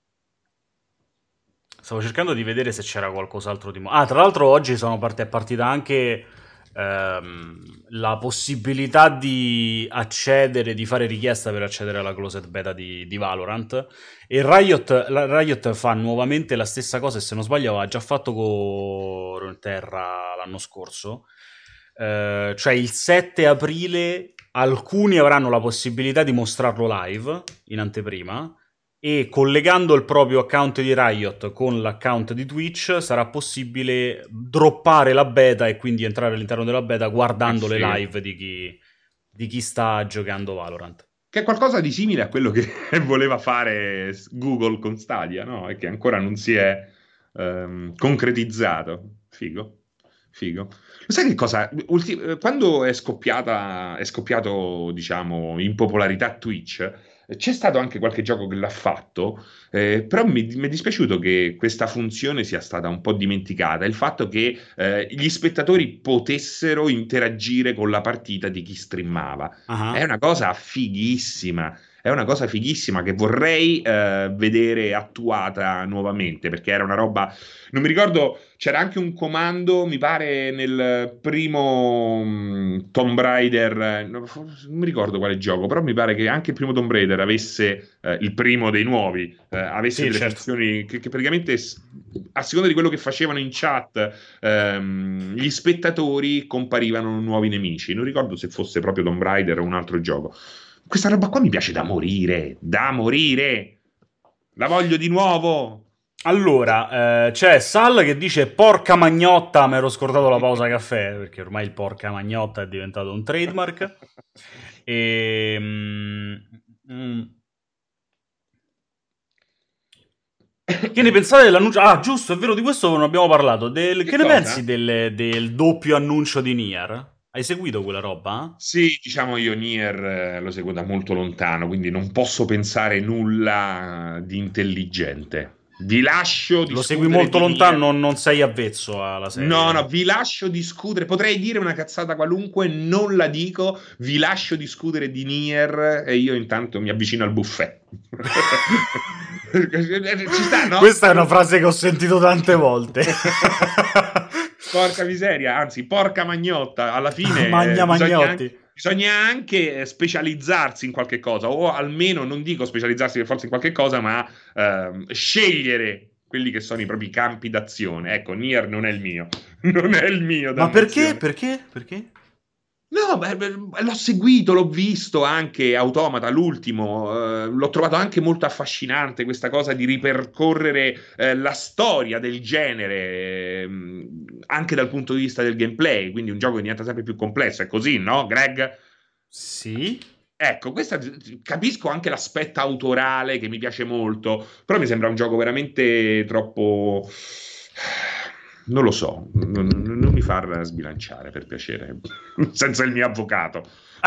Stavo cercando di vedere se c'era qualcos'altro di... mo- Ah, tra l'altro oggi sono part- è partita anche ehm, la possibilità di accedere, di fare richiesta per accedere alla closed beta di, di Valorant. E Riot, la- Riot fa nuovamente la stessa cosa, e se non sbaglio aveva già fatto con Runeterra l'anno scorso. Eh, cioè il sette aprile alcuni avranno la possibilità di mostrarlo live in anteprima, e collegando il proprio account di Riot con l'account di Twitch sarà possibile droppare la beta e quindi entrare all'interno della beta Ah, guardando le figo. live di chi, di chi sta giocando Valorant. Che è qualcosa di simile a quello che voleva fare Google con Stadia, no? E che ancora non si è ehm, concretizzato. Figo, figo. Lo sai che cosa? Ulti- eh, quando è scoppiata, è scoppiato, diciamo, in popolarità Twitch, eh, c'è stato anche qualche gioco che l'ha fatto, eh, però mi, mi è dispiaciuto che questa funzione sia stata un po' dimenticata. Il fatto che eh, gli spettatori potessero interagire con la partita di chi streamava. È Ah, una cosa fighissima, è una cosa fighissima che vorrei eh, vedere attuata nuovamente, perché era una roba... Non mi ricordo, c'era anche un comando, mi pare nel primo mh, Tomb Raider, eh, non non mi ricordo quale gioco, però mi pare che anche il primo Tomb Raider avesse, eh, il primo dei nuovi, eh, avesse sì, delle certo. funzioni che, che praticamente, s- a seconda di quello che facevano in chat, ehm, gli spettatori comparivano nuovi nemici. Non ricordo se fosse proprio Tomb Raider o un altro gioco. Questa roba qua mi piace da morire, da morire. La voglio di nuovo. Allora, eh, c'è Sal che dice porca magnotta, mi ero scordato la pausa caffè, perché ormai il porca magnotta è diventato un trademark. E... mm, mm, Che ne pensate dell'annuncio? Ah, giusto, è vero, di questo non abbiamo parlato. Del... Che Che ne pensi cosa? del, del doppio annuncio di Nier? Hai seguito quella roba? Sì, diciamo io Nier eh, lo seguo da molto lontano, quindi non posso pensare nulla di intelligente. Vi lascio Lo segui discutere molto di Nier. lontano, non, non sei avvezzo alla No, no, serie. vi lascio discutere. Potrei dire una cazzata qualunque, non la dico. Vi lascio discutere di Nier e io intanto mi avvicino al buffet. Ci sta, no? Questa è una frase che ho sentito tante volte. Porca miseria, anzi, porca magnotta. Alla fine Magna eh, bisogna Magnotti. anche, bisogna anche eh, specializzarsi in qualche cosa, o almeno non dico specializzarsi per forza in qualche cosa, ma ehm, scegliere quelli che sono i propri campi d'azione. Ecco, Nier non è il mio, non è il mio, Ma perché? dannazione. Perché? Perché? No, beh, beh, l'ho seguito, l'ho visto anche Automata, l'ultimo, eh, l'ho trovato anche molto affascinante questa cosa di ripercorrere eh, la storia del genere, ehm, anche dal punto di vista del gameplay, quindi un gioco che diventa sempre più complesso, è così, no, Greg? Sì? Ecco, questa, capisco anche l'aspetto autorale che mi piace molto, però mi sembra un gioco veramente troppo... Non lo so, non, non- non mi far sbilanciare per piacere, senza il mio avvocato.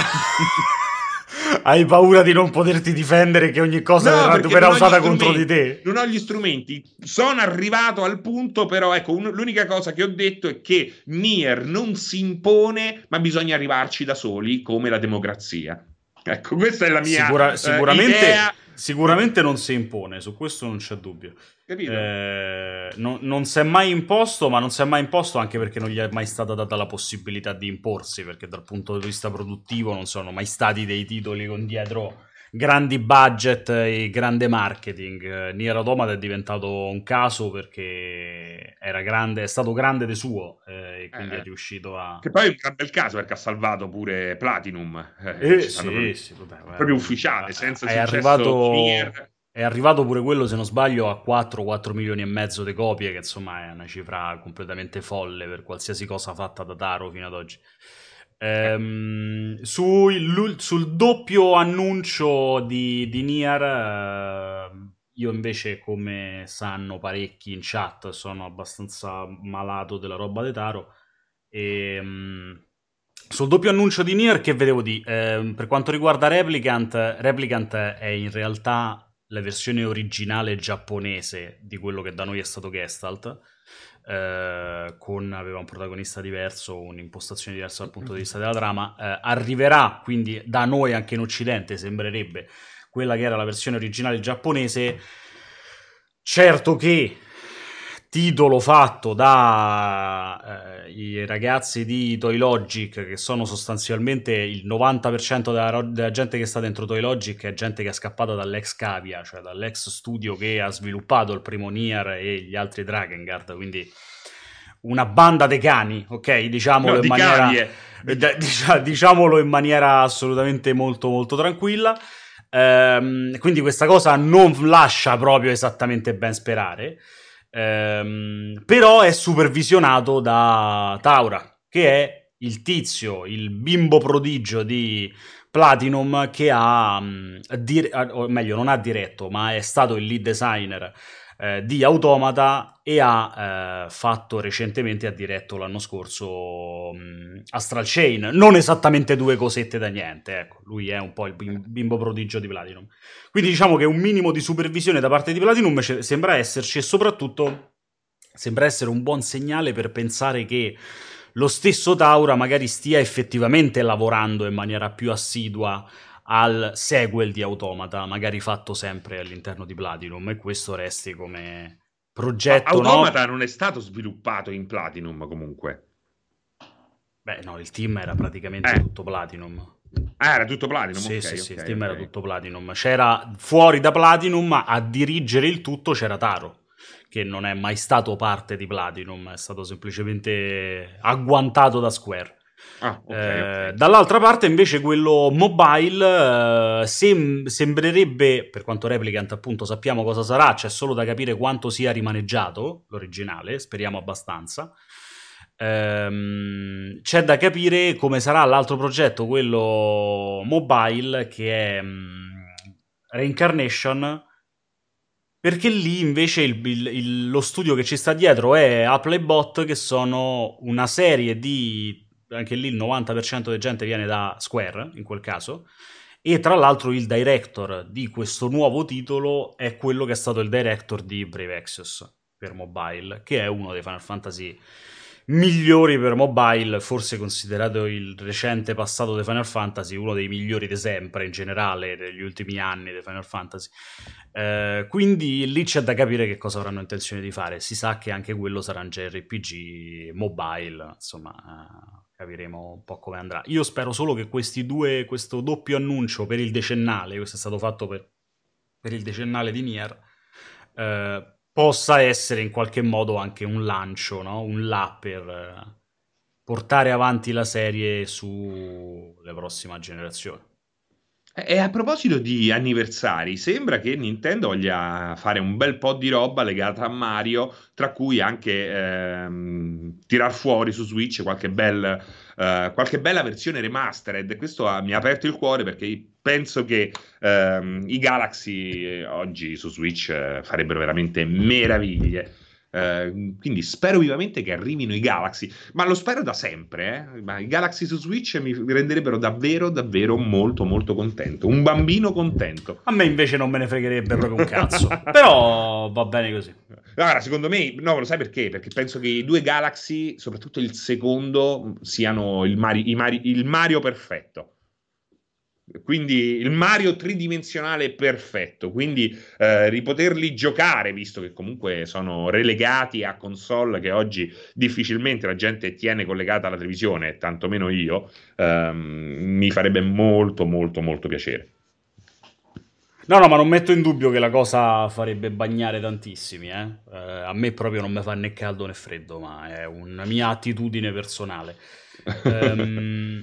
Hai paura di non poterti difendere, che ogni cosa No, verrà, perché verrà non ho gli usata contro di strumenti, te? non ho gli strumenti. Sono arrivato al punto, però ecco, un- l'unica cosa che ho detto è che Nier non si impone, ma bisogna arrivarci da soli, come la democrazia. Ecco, questa è la mia Sicura- eh, sicuramente, idea. Sicuramente non si impone, su questo non c'è dubbio. Capito? Eh, non, non si è mai imposto, ma non si è mai imposto anche perché non gli è mai stata data la possibilità di imporsi, perché dal punto di vista produttivo non sono mai stati dei titoli con dietro grandi budget e grande marketing. Eh, Nier Automata è diventato un caso perché era grande, è stato grande de suo, eh, e quindi è Eh, riuscito a... che poi è un gran bel caso perché ha salvato pure Platinum. Eh, Eh, ci stanno sì, proprio, sì, vabbè, proprio guarda, ufficiale, senza il è successo di arrivato, Nier. è arrivato pure quello, se non sbaglio, a quattro quattro milioni e mezzo di copie, che insomma è una cifra completamente folle per qualsiasi cosa fatta da Taro fino ad oggi. Eh, Ehm, sul, sul doppio annuncio di, di Nier, eh, io invece, come sanno parecchi in chat, sono abbastanza malato della roba di Taro. E, mh, sul doppio annuncio di Nier, che vedevo di ehm, per quanto riguarda Replicant, Replicant è in realtà la versione originale giapponese di quello che da noi è stato Gestalt. Eh, con aveva un protagonista diverso, un'impostazione diversa dal punto di vista della trama. Eh, arriverà quindi da noi anche in Occidente, sembrerebbe quella che era la versione originale giapponese. Certo che titolo fatto da eh, i ragazzi di Toy Logic, che sono sostanzialmente il novanta per cento della, ro- della gente che sta dentro Toy Logic è gente che è scappata dall'ex Cavia, cioè dall'ex studio che ha sviluppato il primo Nier e gli altri Drakengard, quindi una banda de cani, ok? no, Diciamolo in di maniera cavie. eh, Di- dicia- diciamolo in maniera assolutamente molto molto tranquilla. Ehm, quindi questa cosa non lascia proprio esattamente ben sperare. Ehm, però è supervisionato da Taura, che è il tizio, il bimbo prodigio di Platinum che ha, mh, dir- o meglio, non ha diretto, ma è stato il lead designer eh, di Automata e ha eh, fatto recentemente, ha diretto l'anno scorso mh, Astral Chain. Non esattamente due cosette da niente, ecco, lui è un po' il bim- bimbo prodigio di Platinum. Quindi diciamo che un minimo di supervisione da parte di Platinum ce- sembra esserci, e soprattutto sembra essere un buon segnale per pensare che lo stesso Taura magari stia effettivamente lavorando in maniera più assidua al sequel di Automata, magari fatto sempre all'interno di Platinum, e questo resti come Ma progetto, Automata no? non è stato sviluppato in Platinum comunque. Beh, no, il team era praticamente Eh, tutto Platinum. ah, era tutto Platinum, Sì, sì, ok, sì, il ok, team era ok. tutto Platinum. C'era fuori da Platinum, a dirigere il tutto c'era Taro, che non è mai stato parte di Platinum, è stato semplicemente agguantato da Square. Ah, ok, Eh, ok. dall'altra parte invece quello mobile, eh, sem- sembrerebbe, per quanto Replicant appunto sappiamo cosa sarà, c'è solo da capire quanto sia rimaneggiato l'originale, speriamo abbastanza. Ehm, c'è da capire come sarà l'altro progetto, quello mobile, che è mh, Reincarnation, perché lì invece il- il- il- lo studio che ci sta dietro è Apple e Bot, che sono una serie di... anche lì il novanta per cento di gente viene da Square, in quel caso, e tra l'altro il director di questo nuovo titolo è quello che è stato il director di Brave Exvius per mobile, che è uno dei Final Fantasy migliori per mobile, forse considerato il recente passato dei Final Fantasy uno dei migliori di sempre in generale degli ultimi anni dei Final Fantasy. Eh, quindi lì c'è da capire che cosa avranno intenzione di fare. Si sa che anche quello sarà un J R P G mobile, insomma, eh, capiremo un po' come andrà. Io spero solo che questi due, questo doppio annuncio per il decennale, questo è stato fatto per, per il decennale di Nier, eh, possa essere in qualche modo anche un lancio, no? Un là per eh, portare avanti la serie sulle prossime generazioni. E a proposito di anniversari, sembra che Nintendo voglia fare un bel po' di roba legata a Mario, tra cui anche ehm, tirar fuori su Switch qualche, bel, eh, qualche bella versione remastered. Questo ha- mi ha aperto il cuore perché penso che ehm, i Galaxy eh, oggi su Switch eh, farebbero veramente meraviglie. Eh, quindi spero vivamente che arrivino i Galaxy, ma lo spero da sempre, eh. Ma i Galaxy su Switch mi renderebbero davvero, davvero molto, molto contento. Un bambino contento. A me invece non me ne fregherebbe proprio un cazzo, però va bene così. Allora, secondo me, no, lo sai perché? Perché penso che i due Galaxy, soprattutto il secondo, siano il, Mari- i Mari- il Mario perfetto. quindi il Mario tridimensionale perfetto, quindi eh, ripoterli giocare, visto che comunque sono relegati a console che oggi difficilmente la gente tiene collegata alla televisione, tantomeno io, ehm, mi farebbe molto molto molto piacere. No, no, ma non metto in dubbio che la cosa farebbe bagnare tantissimi, eh. Eh, a me proprio non mi fa né caldo né freddo, ma è una mia attitudine personale. Ehm,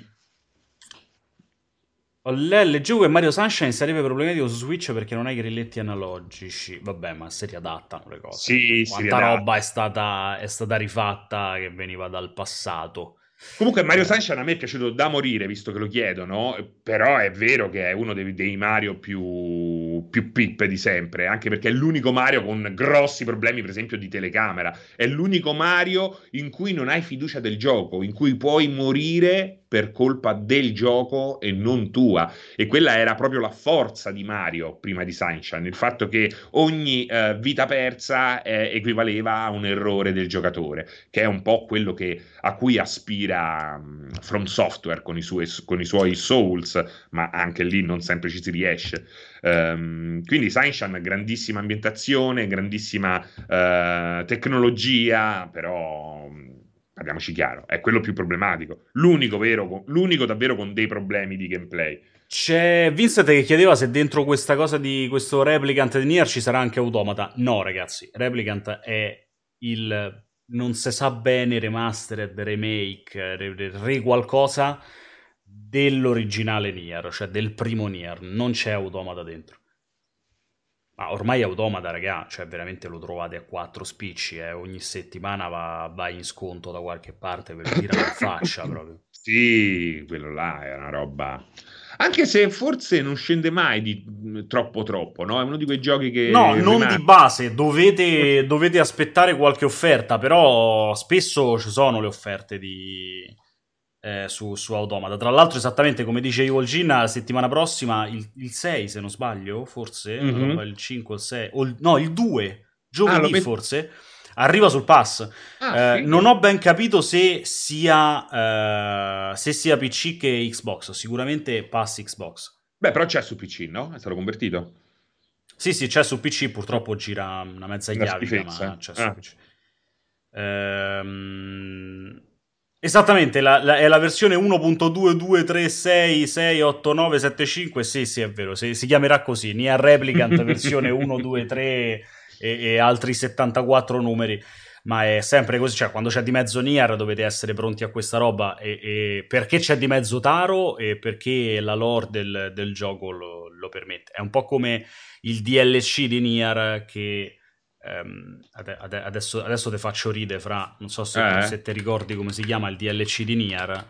le- leggevo che Mario Sunshine sarebbe problematico su Switch perché non ha i grilletti analogici. Vabbè, ma se riadattano le cose. Sì, si Quanta riadatta. roba è stata, è stata rifatta che veniva dal passato. Comunque Mario Eh, Sunshine a me è piaciuto da morire, visto che lo chiedono, però è vero che è uno dei, dei Mario più, più pippe di sempre, anche perché è l'unico Mario con grossi problemi, per esempio, di telecamera. È l'unico Mario in cui non hai fiducia del gioco, in cui puoi morire per colpa del gioco e non tua. E quella era proprio la forza di Mario prima di Sunshine, il fatto che ogni eh, vita persa eh, equivaleva a un errore del giocatore, che è un po' quello che a cui aspira um, From Software con i, suoi, con i suoi Souls, ma anche lì non sempre ci si riesce. Um, quindi Sunshine, grandissima ambientazione, grandissima uh, tecnologia, però parliamoci chiaro, è quello più problematico. L'unico, vero, l'unico davvero con dei problemi di gameplay. C'è Vincent che chiedeva se dentro questa cosa di questo Replicant di Nier ci sarà anche Automata. No, ragazzi, Replicant è il non si sa bene remastered, remake, re, re, re qualcosa dell'originale Nier, cioè del primo Nier. Non c'è Automata dentro. Ma ormai Automata, raga, cioè veramente lo trovate a quattro spicci, eh. Ogni settimana va, va in sconto da qualche parte, ve lo tirano in faccia proprio. Sì, quello là è una roba. Anche se forse non scende mai di troppo troppo, no? È uno di quei giochi No, che non di rimane. base, dovete, dovete aspettare qualche offerta, però spesso ci sono le offerte di, eh, su, su Automata. Tra l'altro, esattamente come dice Evil Gin, la settimana prossima, il, il sei se non sbaglio, forse, una roba Mhm. il cinque o il sei, o il- no, il due, Ah, lo giovedì met- forse, arriva sul pass. ah, Eh, non figo. ho ben capito se sia, eh, se sia P C che Xbox, sicuramente pass Xbox. Beh, però c'è su P C, no? È stato convertito. Sì, sì, c'è su P C, purtroppo gira una mezza Una chiavica, schifezza. ma c'è su Ah. P C. Ehm, Esattamente, la- la- è la versione uno punto due due tre sei sei otto nove sette cinque, sì, sì, è vero, si, si chiamerà così, Nier Replicant versione uno due tre e, e altri settantaquattro numeri, ma è sempre così, cioè quando c'è di mezzo Nier dovete essere pronti a questa roba, e, e perché c'è di mezzo Taro e perché la lore del, del gioco lo, lo permette. È un po' come il D L C di Nier che ehm, ade- ade- adesso, adesso te faccio ride, fra, non so se, tu, Eh? se te ricordi come si chiama il D L C di Nier,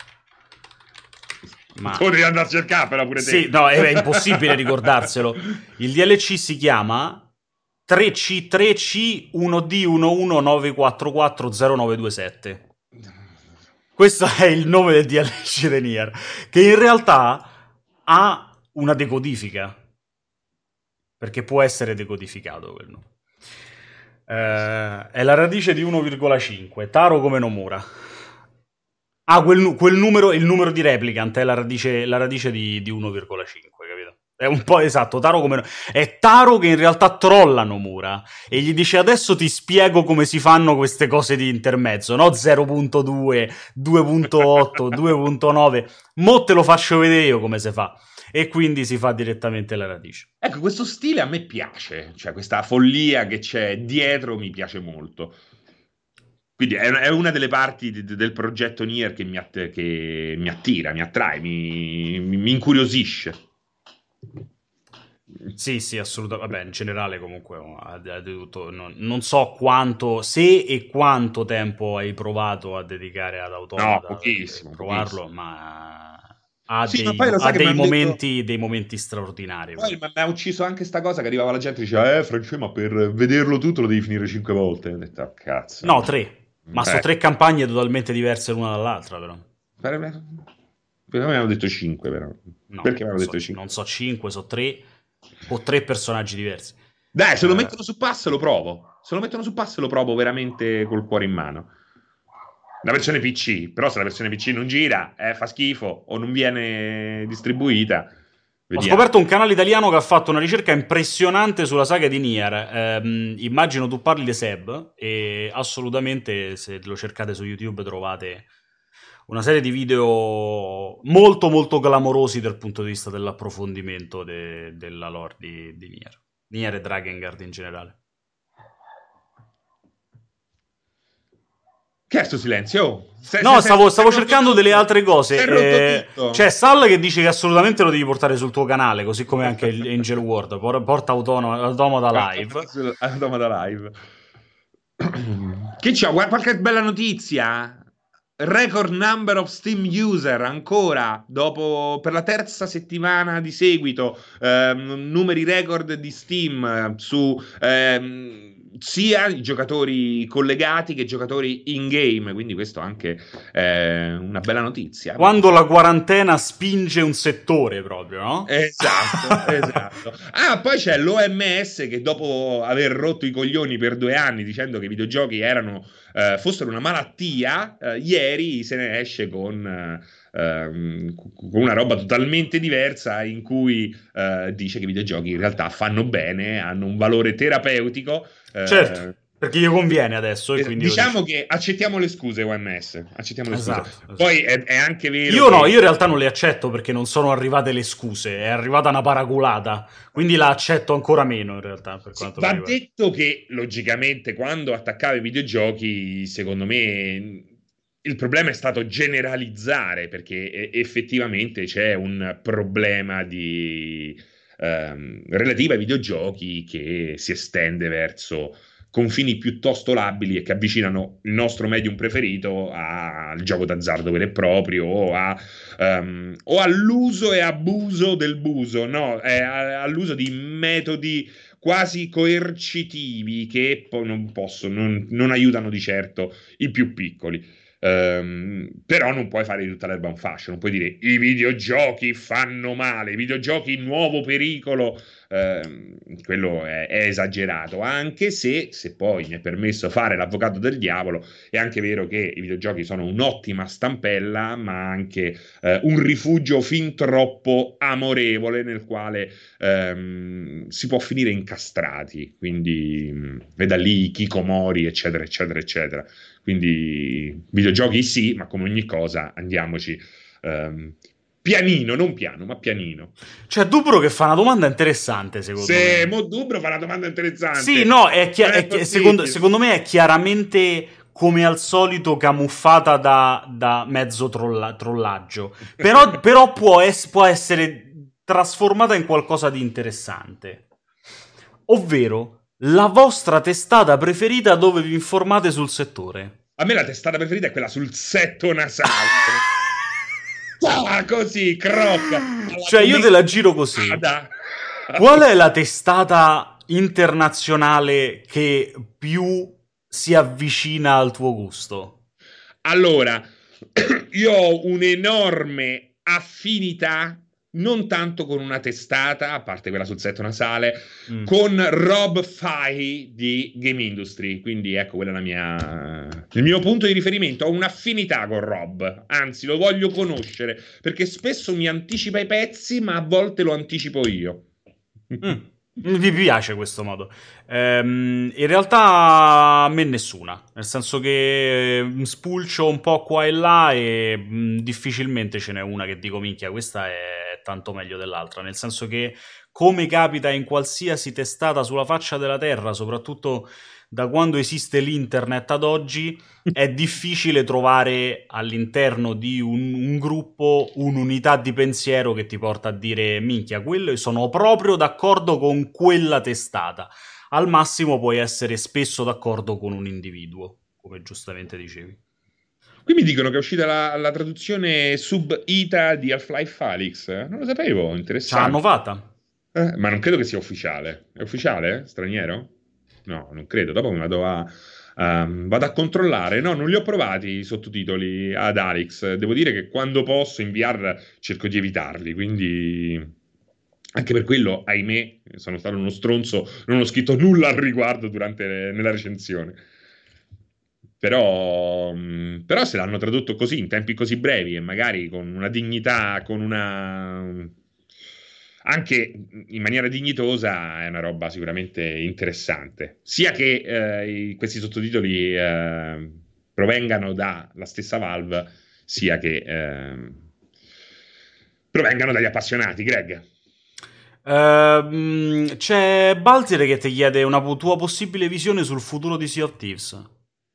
ma Tu devi andare a cercare però pure sì, te. no, è, è impossibile ricordarselo. Il D L C si chiama tre C tre C uno D uno uno nove quattro quattro zero nove due sette. Questo è il nome del D L C di Nier, che in realtà ha una decodifica, perché può essere decodificato quel nome. Eh, è la radice di uno virgola cinque, Taro come Nomura. Ah, quel, nu- quel numero, il numero di replicant è la radice, la radice di, di uno virgola cinque, capito? È un po' esatto, Taro come... È Taro che in realtà trolla Nomura e gli dice adesso ti spiego come si fanno queste cose di intermezzo, no? zero punto due, due punto otto, due punto nove, mo te lo faccio vedere io come si fa. E quindi si fa direttamente la radice. Ecco, questo stile a me piace, cioè questa follia che c'è dietro mi piace molto. Quindi è, è una delle parti di- del progetto Nier che mi, att- che mi attira, mi attrae, mi, mi- mi incuriosisce. Sì, sì, assolutamente. Vabbè, in generale comunque oh, ha- ha di tutto. Non, non so quanto, se e quanto tempo hai provato a dedicare ad No, Automata per, per pochissimo, provarlo, pochissimo. ma ha Sì, ma dei, poi lo ha sai che mi dei hanno detto. momenti, dei momenti straordinari Poi quello. mi ha ucciso anche sta cosa che arrivava la gente e diceva, eh, Francesco, ma per vederlo tutto lo devi finire cinque volte. Ho detto, oh, cazzo. No, tre. Ma sono Eh, tre campagne totalmente diverse l'una dall'altra, però. per me, per me avevano detto cinque, però. No, Perché mi non avevano so, detto non cinque? so cinque, so tre, o tre personaggi diversi. Dai, se lo Eh, mettono su pass lo provo. Se lo mettono su pass lo provo veramente col cuore in mano. La versione P C, però se la versione P C non gira, eh, fa schifo o non viene distribuita. Ho Vediamo. scoperto un canale italiano che ha fatto una ricerca impressionante sulla saga di Nier. Ehm, immagino tu parli di Seb, e assolutamente se lo cercate su YouTube trovate una serie di video molto molto clamorosi dal punto di vista dell'approfondimento de- della lore di, di Nier. Nier e Drakengard in generale. Che è sto silenzio? Oh, se, No, se, se, stavo, si è stavo rotto cercando delle tutto. altre Si cose. è rotto Eh, c'è tutto. Sal che dice che assolutamente lo devi portare sul tuo canale, così come anche il Angel World. Por- Porta Autono- Automata Live. Automata Live. Che c'è? Guarda, qualche bella notizia. Record number of Steam user ancora dopo per la terza settimana di seguito, ehm, numeri record di Steam eh, su ehm, sia i giocatori collegati che i giocatori in game, quindi questo anche è una bella notizia Quando perché la quarantena spinge un settore proprio, no? esatto, esatto. Ah, poi c'è l'O M S che dopo aver rotto i coglioni per due anni dicendo che i videogiochi erano, eh, fossero una malattia, eh, ieri se ne esce con, eh, ehm, con una roba totalmente diversa in cui eh, dice che i videogiochi in realtà fanno bene, hanno un valore terapeutico. Certo, eh, perché gli conviene adesso e eh, quindi lo diciamo dice. che accettiamo le scuse O M S, accettiamo le scuse. Esatto, Poi esatto. è, è anche vero Io no, io che in realtà non le accetto perché non sono arrivate le scuse, è arrivata una paraculata, quindi la accetto ancora meno in realtà per sì, quanto mi va riguarda. detto che logicamente quando attaccava i videogiochi, secondo me il problema è stato generalizzare perché e- effettivamente c'è un problema di, ehm, relativo ai videogiochi che si estende verso confini piuttosto labili e che avvicinano il nostro medium preferito al gioco d'azzardo vero e proprio o, a, ehm, o all'uso e abuso del buso, no, è a- all'uso di metodi quasi coercitivi che poi non possono, non, non aiutano di certo i più piccoli. Ehm, però non puoi fare di tutta l'erba un fascio, non puoi dire i videogiochi fanno male, i videogiochi nuovo pericolo, ehm, quello è, è esagerato, anche se, se poi mi è permesso fare l'avvocato del diavolo, è anche vero che i videogiochi sono un'ottima stampella, ma anche eh, un rifugio fin troppo amorevole nel quale ehm, si può finire incastrati, quindi mh, e da lì Kikomori, eccetera, eccetera, eccetera. Quindi videogiochi sì, ma come ogni cosa andiamoci ehm, pianino, non piano, ma pianino. C'è Dubro che fa una domanda interessante secondo Se me. Modubro fa una domanda Sì, interessante, no, è chia- non è è chi- secondo, possibile. secondo me è chiaramente come al solito camuffata da, da mezzo trolla- trollaggio, però, però può, es- può essere trasformata in qualcosa di interessante. Ovvero, la vostra testata preferita dove vi informate sul settore. A me la testata preferita è quella sul setto nasale. Ah, così, crocca, alla Cioè, io te la giro così. comensada. Qual è la testata internazionale che più si avvicina al tuo gusto? Allora, io ho un'enorme affinità, non tanto con una testata, a parte quella sul setto nasale, Mm. con Rob Fahey di Game Industry. Quindi ecco, quella è la mia... il mio punto di riferimento. Ho un'affinità con Rob, anzi lo voglio conoscere, perché spesso mi anticipa i pezzi, ma a volte lo anticipo io. Mm. Mi piace questo modo. Ehm, in realtà a me nessuna, nel senso che mm, spulcio un po' qua e là e mm, difficilmente ce n'è una che dico minchia, questa è tanto meglio dell'altra, nel senso che come capita in qualsiasi testata sulla faccia della terra, soprattutto da quando esiste l'internet ad oggi, è difficile trovare all'interno di un, un gruppo un'unità di pensiero che ti porta a dire minchia, quello sono proprio d'accordo con quella testata. Al massimo puoi essere spesso d'accordo con un individuo, come giustamente dicevi. Qui mi dicono che è uscita la, la traduzione sub-ita di Half-Life Alyx. Non lo sapevo, Ce l'hanno interessante. fatta. Eh, ma non credo che sia ufficiale. È ufficiale? Straniero? No, non credo. Dopo mi vado a, a- vado a controllare. No, non li ho provati i sottotitoli ad Alex. Devo dire che quando posso in V R cerco di evitarli, quindi anche per quello, ahimè, sono stato uno stronzo, non ho scritto nulla al riguardo durante nella recensione. Però, mh, però se l'hanno tradotto così, in tempi così brevi e magari con una dignità, con una... anche in maniera dignitosa è una roba sicuramente interessante. Sia che eh, questi sottotitoli eh, provengano dalla stessa Valve, sia che eh, provengano dagli appassionati. Greg? Uh, c'è Balzer che ti chiede una tua possibile visione sul futuro di Sea of Thieves.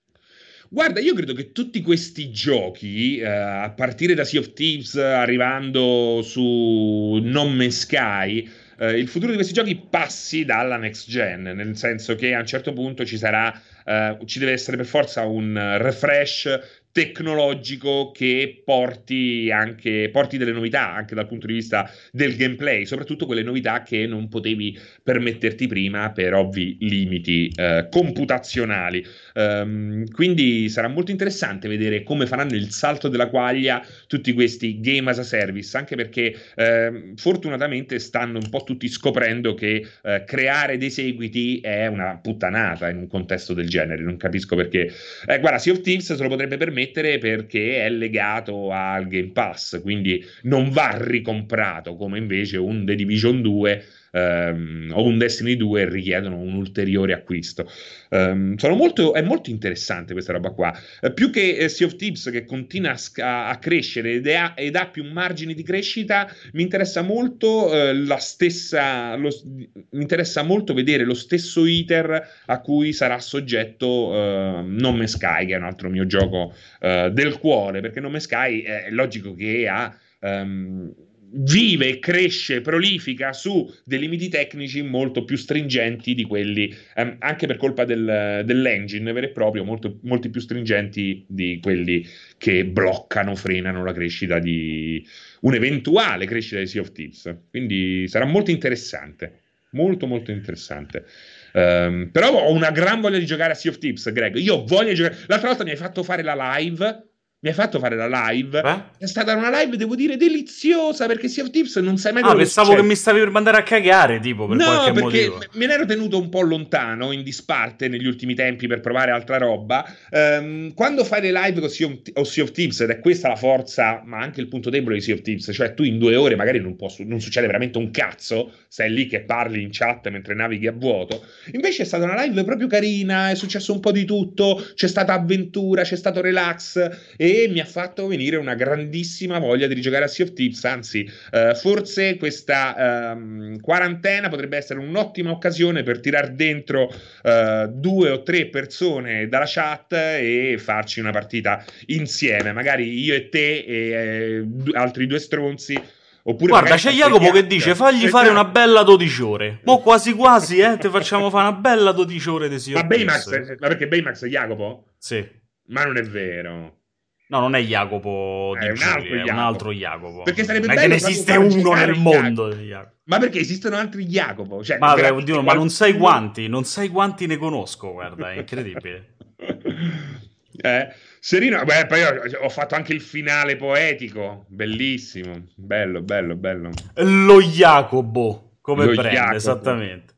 Guarda, io credo che tutti questi giochi, eh, a partire da Sea of Thieves, arrivando su No Man's Sky, eh, il futuro di questi giochi passi dalla next gen, nel senso che a un certo punto ci sarà, eh, ci deve essere per forza un refresh tecnologico che porti anche porti delle novità anche dal punto di vista del gameplay, soprattutto quelle novità che non potevi permetterti prima per ovvi limiti eh, computazionali. Um, quindi sarà molto interessante vedere come faranno il salto della quaglia tutti questi game as a service, anche perché eh, fortunatamente stanno un po' tutti scoprendo che eh, creare dei seguiti è una puttanata in un contesto del genere. Non capisco perché. Eh, guarda, Sea of Thieves se lo potrebbe permettere perché è legato al Game Pass, quindi non va ricomprato come invece un The Division due Um, o un Destiny due richiedono un ulteriore acquisto. Um, sono molto, è molto interessante questa roba qua. Uh, più che eh, Sea of Thieves che continua a, a crescere ed, è, ed ha più margini di crescita, mi interessa molto uh, la stessa. Lo, mi interessa molto vedere lo stesso iter a cui sarà soggetto uh, No Man's Sky, che è un altro mio gioco uh, del cuore, perché No Man's Sky è logico che ha. Um, vive, cresce, prolifica su dei limiti tecnici molto più stringenti di quelli, ehm, anche per colpa del, dell'engine vero e proprio, molto, molti più stringenti di quelli che bloccano, frenano la crescita di un'eventuale crescita di Sea of Thieves. Quindi sarà molto interessante, molto molto interessante. Um, però ho una gran voglia di giocare a Sea of Thieves, Greg. Io ho voglia di giocare. L'altra volta mi hai fatto fare la live. Mi hai fatto fare la live. Beh? È stata una live, devo dire, deliziosa, perché Sea of Thieves non sai mai ah, dove pensavo succede. che mi stavi per mandare a cagare, tipo, per no, qualche perché motivo. me ne ero tenuto un po' lontano, in disparte, negli ultimi tempi per provare altra roba. Um, quando fai le live con Sea of, o Sea of Thieves, ed è questa la forza, ma anche il punto debole di Sea of Thieves, cioè tu in due ore magari non, può, non succede veramente un cazzo, stai lì che parli in chat mentre navighi a vuoto. Invece è stata una live proprio carina, è successo un po' di tutto, c'è stata avventura, c'è stato relax, e mi ha fatto venire una grandissima voglia di rigiocare a Sea of Thieves. Anzi, uh, forse questa um, quarantena potrebbe essere un'ottima occasione per tirar dentro uh, due o tre persone dalla chat e farci una partita insieme, magari io e te e eh, altri due stronzi. Oppure guarda, c'è Jacopo che dice fagli fare una bella dodici ore. Mo quasi quasi, eh, ti facciamo fare una bella dodici ore di Sea of Thieves. Ma Baymax, ma perché Baymax è Jacopo? Sì. Ma non è vero. No, non è Jacopo è di un altro Giulia, è Jacopo. un altro Jacopo. Perché sarebbe non è bello che ne esiste uno nel mondo. Jacopo. Ma perché esistono altri Jacopo? Cioè, ma, beh, oddio, ma non sai quanti, non sai quanti ne conosco, guarda, è incredibile. eh, Serino, beh, poi ho, ho fatto anche il finale poetico, bellissimo, bello, bello, bello. Lo Jacopo, come Lo brand, Jacopo. esattamente.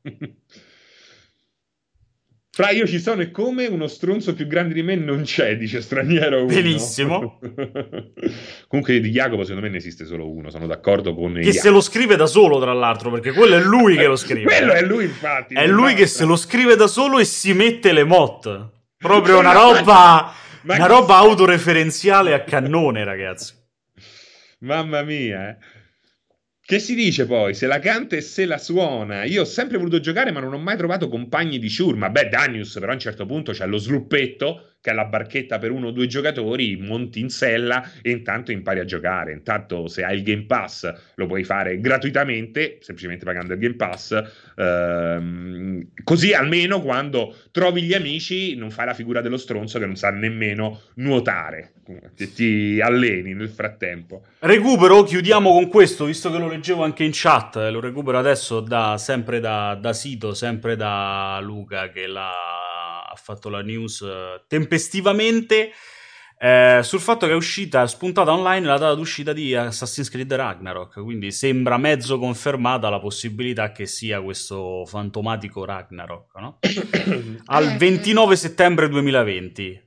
Fra io ci sono e come uno stronzo più grande di me non c'è, dice Straniero uno. Benissimo. Comunque di Jacopo secondo me ne esiste solo uno, sono d'accordo con Che Jacopo. se lo scrive da solo, tra l'altro, perché quello è lui che lo scrive. Quello è lui, infatti. È lui che se lo scrive da solo e si mette le mod. Proprio una roba, ma una roba autoreferenziale a cannone, ragazzi. Mamma mia, eh. Che si dice poi? Se la canta e se la suona. Io ho sempre voluto giocare, ma non ho mai trovato compagni di ciurma. Beh, Danius, però a un certo punto c'è lo sluppetto, che è la barchetta per uno o due giocatori, monti in sella e intanto impari a giocare. Intanto, se hai il Game Pass, lo puoi fare gratuitamente, semplicemente pagando il Game Pass. Ehm, così almeno quando trovi gli amici non fai la figura dello stronzo che non sa nemmeno nuotare, che ti alleni nel frattempo. Recupero, chiudiamo con questo, visto che lo leggevo anche in chat, lo recupero adesso da, sempre da, da sito, sempre da Luca che l'ha, ha fatto la news eh, tempestivamente, eh, sul fatto che è uscita, spuntata online la data d'uscita di Assassin's Creed Ragnarok, quindi sembra mezzo confermata la possibilità che sia questo fantomatico Ragnarok, no? Al ventinove settembre duemilaventi.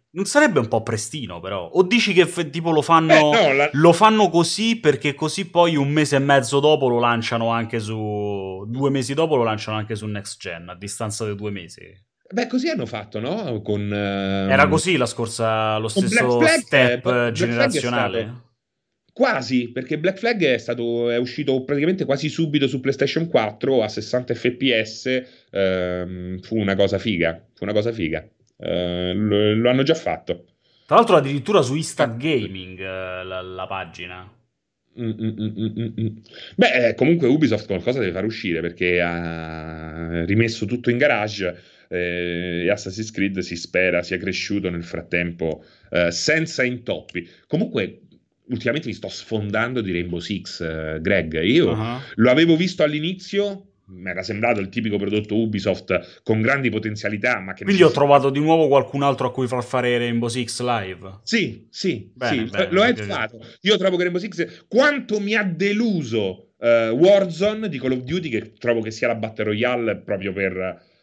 Non sarebbe un po' prestino, però? O dici che f- tipo lo Eh, fanno, no, la... lo fanno così perché così poi un mese e mezzo dopo lo lanciano anche su... Due mesi dopo lo lanciano anche su Next Gen, a distanza di due mesi. Beh, così hanno fatto, no? Con, Era ehm, così la scorsa, lo con Black stesso Flag, eh, step Black Flag è stato generazionale? quasi, perché Black Flag è stato, è uscito praticamente quasi subito su PlayStation quattro a sessanta F P S, ehm, fu una cosa figa, fu una cosa figa. Eh, lo, lo hanno già fatto. Tra l'altro addirittura su Instant Gaming eh, la, la pagina. Mm, mm, mm, mm, mm, mm. Beh, eh, comunque Ubisoft qualcosa deve far uscire perché ha rimesso tutto in garage eh, e Assassin's Creed si spera sia cresciuto nel frattempo eh, senza intoppi. Comunque, ultimamente mi sto sfondando di Rainbow Six, eh, Greg. Io Ah. lo avevo visto all'inizio, mi era sembrato il tipico prodotto Ubisoft con grandi potenzialità, ma che Quindi ho necessitava. trovato di nuovo qualcun altro a cui far fare Rainbow Six Live. Sì, sì, Bene, sì, bene, lo mi fa hai piacere. fatto. Io trovo che Rainbow Six, quanto mi ha deluso eh, Warzone di Call of Duty, che trovo che sia la Battle Royale proprio per,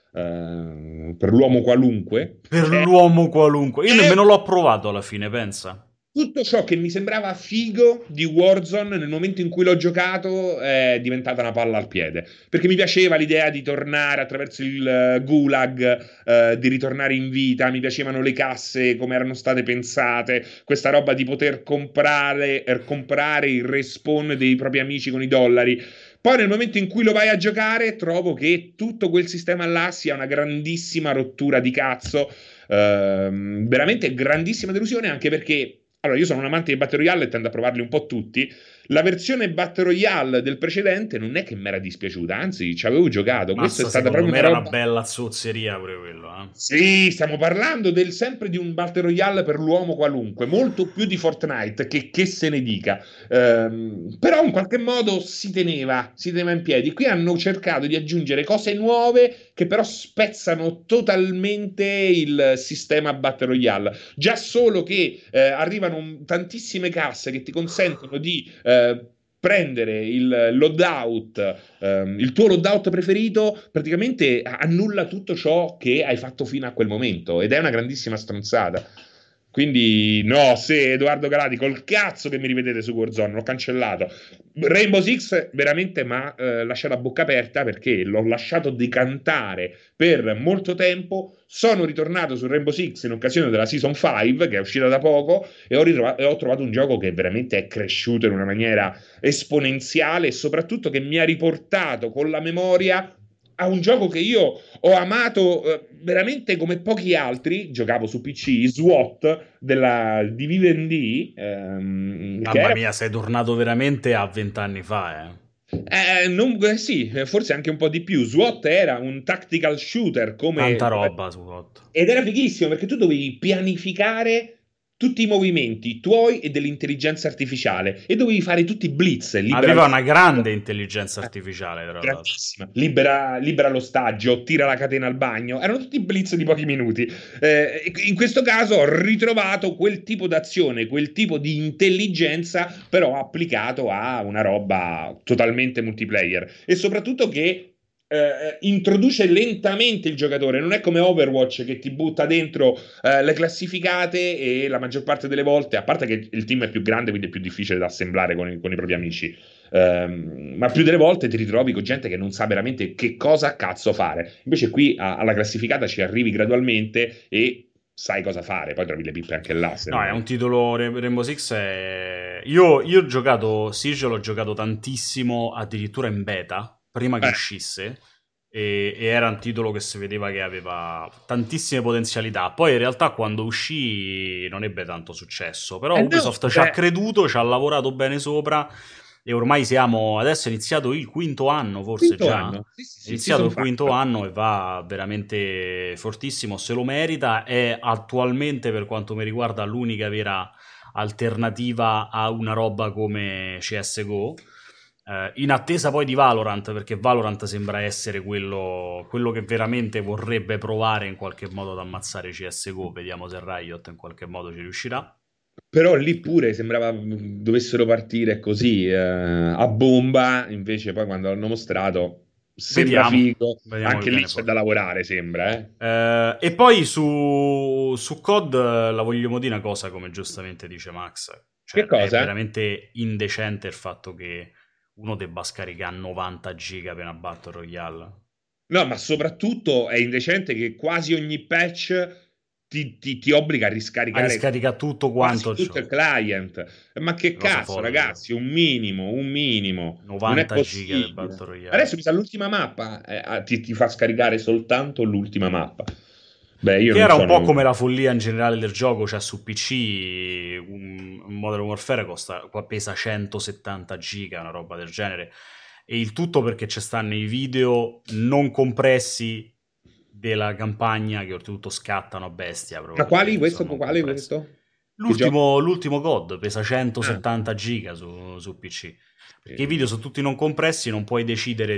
eh, per l'uomo qualunque, Per è, l'uomo qualunque. Io è nemmeno l'ho provato alla fine, pensa. tutto ciò che mi sembrava figo di Warzone nel momento in cui l'ho giocato è diventata una palla al piede. Perché mi piaceva l'idea di tornare attraverso il eh, gulag, eh, di ritornare in vita, mi piacevano le casse come erano state pensate, questa roba di poter comprare, er, comprare il respawn dei propri amici con i dollari. Poi nel momento in cui lo vai a giocare, trovo che tutto quel sistema là sia una grandissima rottura di cazzo. Ehm, veramente grandissima delusione, anche perché allora, io sono un amante di Battle Royale e tendo a provarli un po' tutti. La versione Battle Royale del precedente non è che mi era dispiaciuta, anzi, ci avevo giocato. Questa è Mazza, stata secondo proprio me una era una roba. bella zozzeria pure quello, eh. Sì, stiamo parlando del, sempre di un Battle Royale per l'uomo qualunque, molto più di Fortnite, che, che se ne dica. Ehm, però in qualche modo si teneva, si teneva in piedi. Qui hanno cercato di aggiungere cose nuove che però spezzano totalmente il sistema Battle Royale. Già solo che eh, arrivano tantissime casse che ti consentono di eh, prendere il loadout, ehm, il tuo loadout preferito, praticamente annulla tutto ciò che hai fatto fino a quel momento ed è una grandissima stronzata. Quindi, no, se Edoardo Galati, col cazzo che mi rivedete su Warzone, l'ho cancellato. Rainbow Six veramente mi ha eh, lasciato a bocca aperta perché l'ho lasciato decantare per molto tempo. Sono ritornato su Rainbow Six in occasione della Season cinque, che è uscita da poco, e ho, ritrova- e ho trovato un gioco che veramente è cresciuto in una maniera esponenziale e soprattutto che mi ha riportato con la memoria a un gioco che io ho amato eh, veramente come pochi altri. Giocavo su P C, SWAT della, di Vivendi, ehm, che Mamma era mia, sei tornato veramente a vent'anni fa, eh. eh, non- eh, sì, eh, forse anche un po' di più. SWAT era un tactical shooter come... Tanta roba su otto. ed era fighissimo perché tu dovevi pianificare tutti i movimenti tuoi e dell'intelligenza artificiale e dovevi fare tutti i blitz, libera lo Aveva una stagio, grande intelligenza eh, artificiale, tra l'altro. grandissima, libera, libera lo stagio, tira la catena al bagno, erano tutti blitz di pochi minuti. Eh, in questo caso ho ritrovato quel tipo d'azione, quel tipo di intelligenza, però applicato a una roba totalmente multiplayer e soprattutto che eh, introduce lentamente il giocatore, non è come Overwatch che ti butta dentro eh, le classificate e la maggior parte delle volte, a parte che il team è più grande, quindi è più difficile da assemblare con i, con i propri amici, ehm, ma più delle volte ti ritrovi con gente che non sa veramente che cosa cazzo fare. Invece qui a- alla classificata ci arrivi gradualmente e sai cosa fare, poi trovi le pippe anche là, se No, è non... un titolo Rainbow Six. È... Io, io ho giocato Siege, l'ho giocato tantissimo, addirittura in beta, prima che Eh, uscisse. E, e era un titolo che si vedeva che aveva tantissime potenzialità. Poi in realtà quando uscì non ebbe tanto successo. Però eh no, Ubisoft ci ha beh, creduto, ci ha lavorato bene sopra. E ormai siamo. Adesso è iniziato il quinto anno, forse quinto già. anno, sì sì È sì, iniziato Season il quinto cinque. anno e va veramente fortissimo, se lo merita, è attualmente per quanto mi riguarda l'unica vera alternativa a una roba come C S G O, eh, in attesa poi di Valorant, perché Valorant sembra essere quello, quello che veramente vorrebbe provare in qualche modo ad ammazzare C S G O, vediamo se Riot in qualche modo ci riuscirà. Però lì pure sembrava mh, dovessero partire così, eh, a bomba, invece poi quando l'hanno mostrato... sembra Vediamo, figo. vediamo che Anche lì viene c'è fuori. da lavorare, sembra, eh. Eh, e poi su, su C O D eh, la vogliamo dire una cosa, come giustamente dice Max. Che Cioè, è cosa? veramente indecente il fatto che uno debba scaricare novanta giga per una Battle Royale. No, ma soprattutto è indecente che quasi ogni patch ti, ti- ti obbliga a A riscaricare riscaricare tutto quasi quanto il tutto il gioco. client. Ma che Cosa cazzo, folle. ragazzi, un minimo, un minimo. Non è novanta giga del possibile. Battle Royale. Adesso mi sa l'ultima mappa eh, ah, ti, ti fa scaricare soltanto l'ultima mappa. Beh, io Che non era un po' sono... come la follia in generale del gioco, cioè su P C un un Modern Warfare costa, qua pesa centosettanta giga, una roba del genere, e il tutto perché ci stanno i video non compressi della campagna che oltretutto scattano a bestia Ma proprio quali perché questo? sono non Quale compressi. questo? Che gioco? L'ultimo, l'ultimo C O D pesa Ah, centosettanta giga su, su P C. Perché i video eh, sono tutti non compressi, non puoi decidere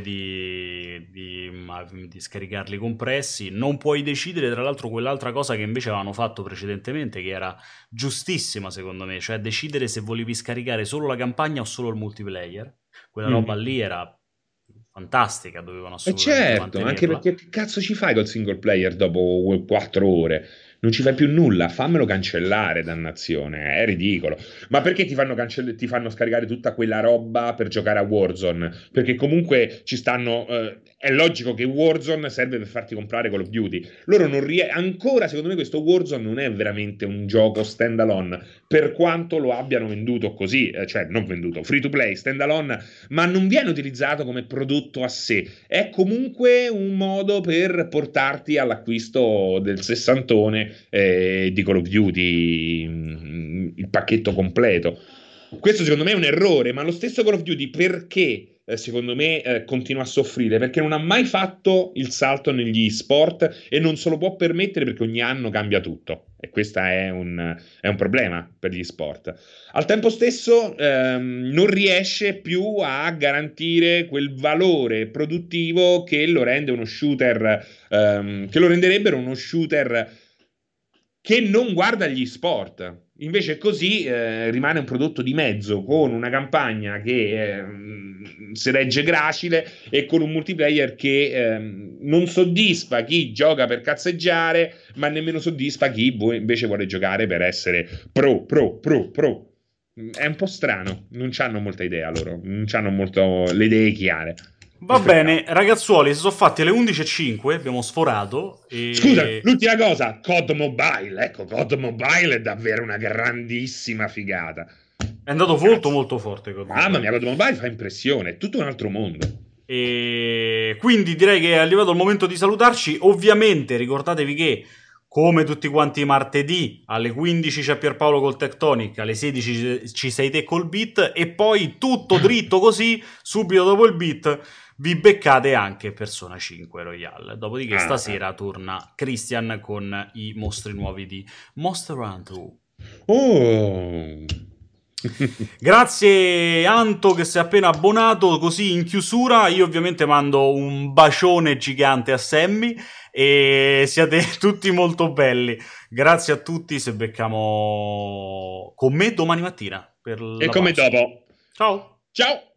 di, di, ma- di scaricarli compressi, non puoi decidere tra l'altro quell'altra cosa che invece avevano fatto precedentemente, che era giustissima secondo me, cioè decidere se volevi scaricare solo la campagna o solo il multiplayer. Quella roba mhm. lì era fantastica, dovevano E assolutamente certo, anche mantenerla. perché che cazzo ci fai col single player dopo quattro ore? Non ci fai più nulla, fammelo cancellare, dannazione, è ridicolo. Ma perché ti fanno, cancell- ti fanno scaricare tutta quella roba per giocare a Warzone? Perché comunque ci stanno... eh, è logico che Warzone serve per farti comprare Call of Duty. Loro non rie- ancora, secondo me, questo Warzone non è veramente un gioco standalone, per quanto lo abbiano venduto così, eh, cioè non venduto, free to play, standalone, ma non viene utilizzato come prodotto a sé, è comunque un modo per portarti all'acquisto del sessantone eh, di Call of Duty, mm, il pacchetto completo. Questo secondo me è un errore, ma lo stesso Call of Duty perché eh, secondo me eh, continua a soffrire? Perché non ha mai fatto il salto negli sport e non se lo può permettere perché ogni anno cambia tutto. E questo è un, è un problema per gli sport. Al tempo stesso ehm, non riesce più a garantire quel valore produttivo che lo rende uno shooter, ehm, che lo renderebbero uno shooter che non guarda gli sport. Invece così eh, rimane un prodotto di mezzo con una campagna che eh, si regge gracile e con un multiplayer che eh, non soddisfa chi gioca per cazzeggiare, ma nemmeno soddisfa chi vu- invece vuole giocare per essere pro, pro, pro, pro. È un po' strano, non hanno molta idea loro, non hanno molto le idee chiare. Va Un peccato. bene, ragazzuoli, si sono fatti alle undici e cinque, abbiamo sforato Scusa, e l'ultima cosa, C O D Mobile. Ecco, C O D Mobile è davvero una grandissima figata. è andato molto Cazzo. molto forte C O D Mamma mia, Mobile. C O D Mobile fa impressione, è tutto un altro mondo. E quindi direi che è arrivato il momento di salutarci. Ovviamente ricordatevi che, come tutti quanti i martedì, alle quindici c'è Pierpaolo col Tectonic, alle sedici ci sei te col beat, e poi tutto dritto così, subito dopo il beat, vi beccate anche Persona cinque Royale. Dopodiché Ah, ah. stasera torna Christian con i mostri nuovi di Monster Hunter. Oh. Grazie Anto che si è appena abbonato, così in chiusura io ovviamente mando un bacione gigante a Sammy e siate tutti molto belli. Grazie a tutti, se beccamo con me domani mattina per E la come pausa. dopo. Ciao! Ciao!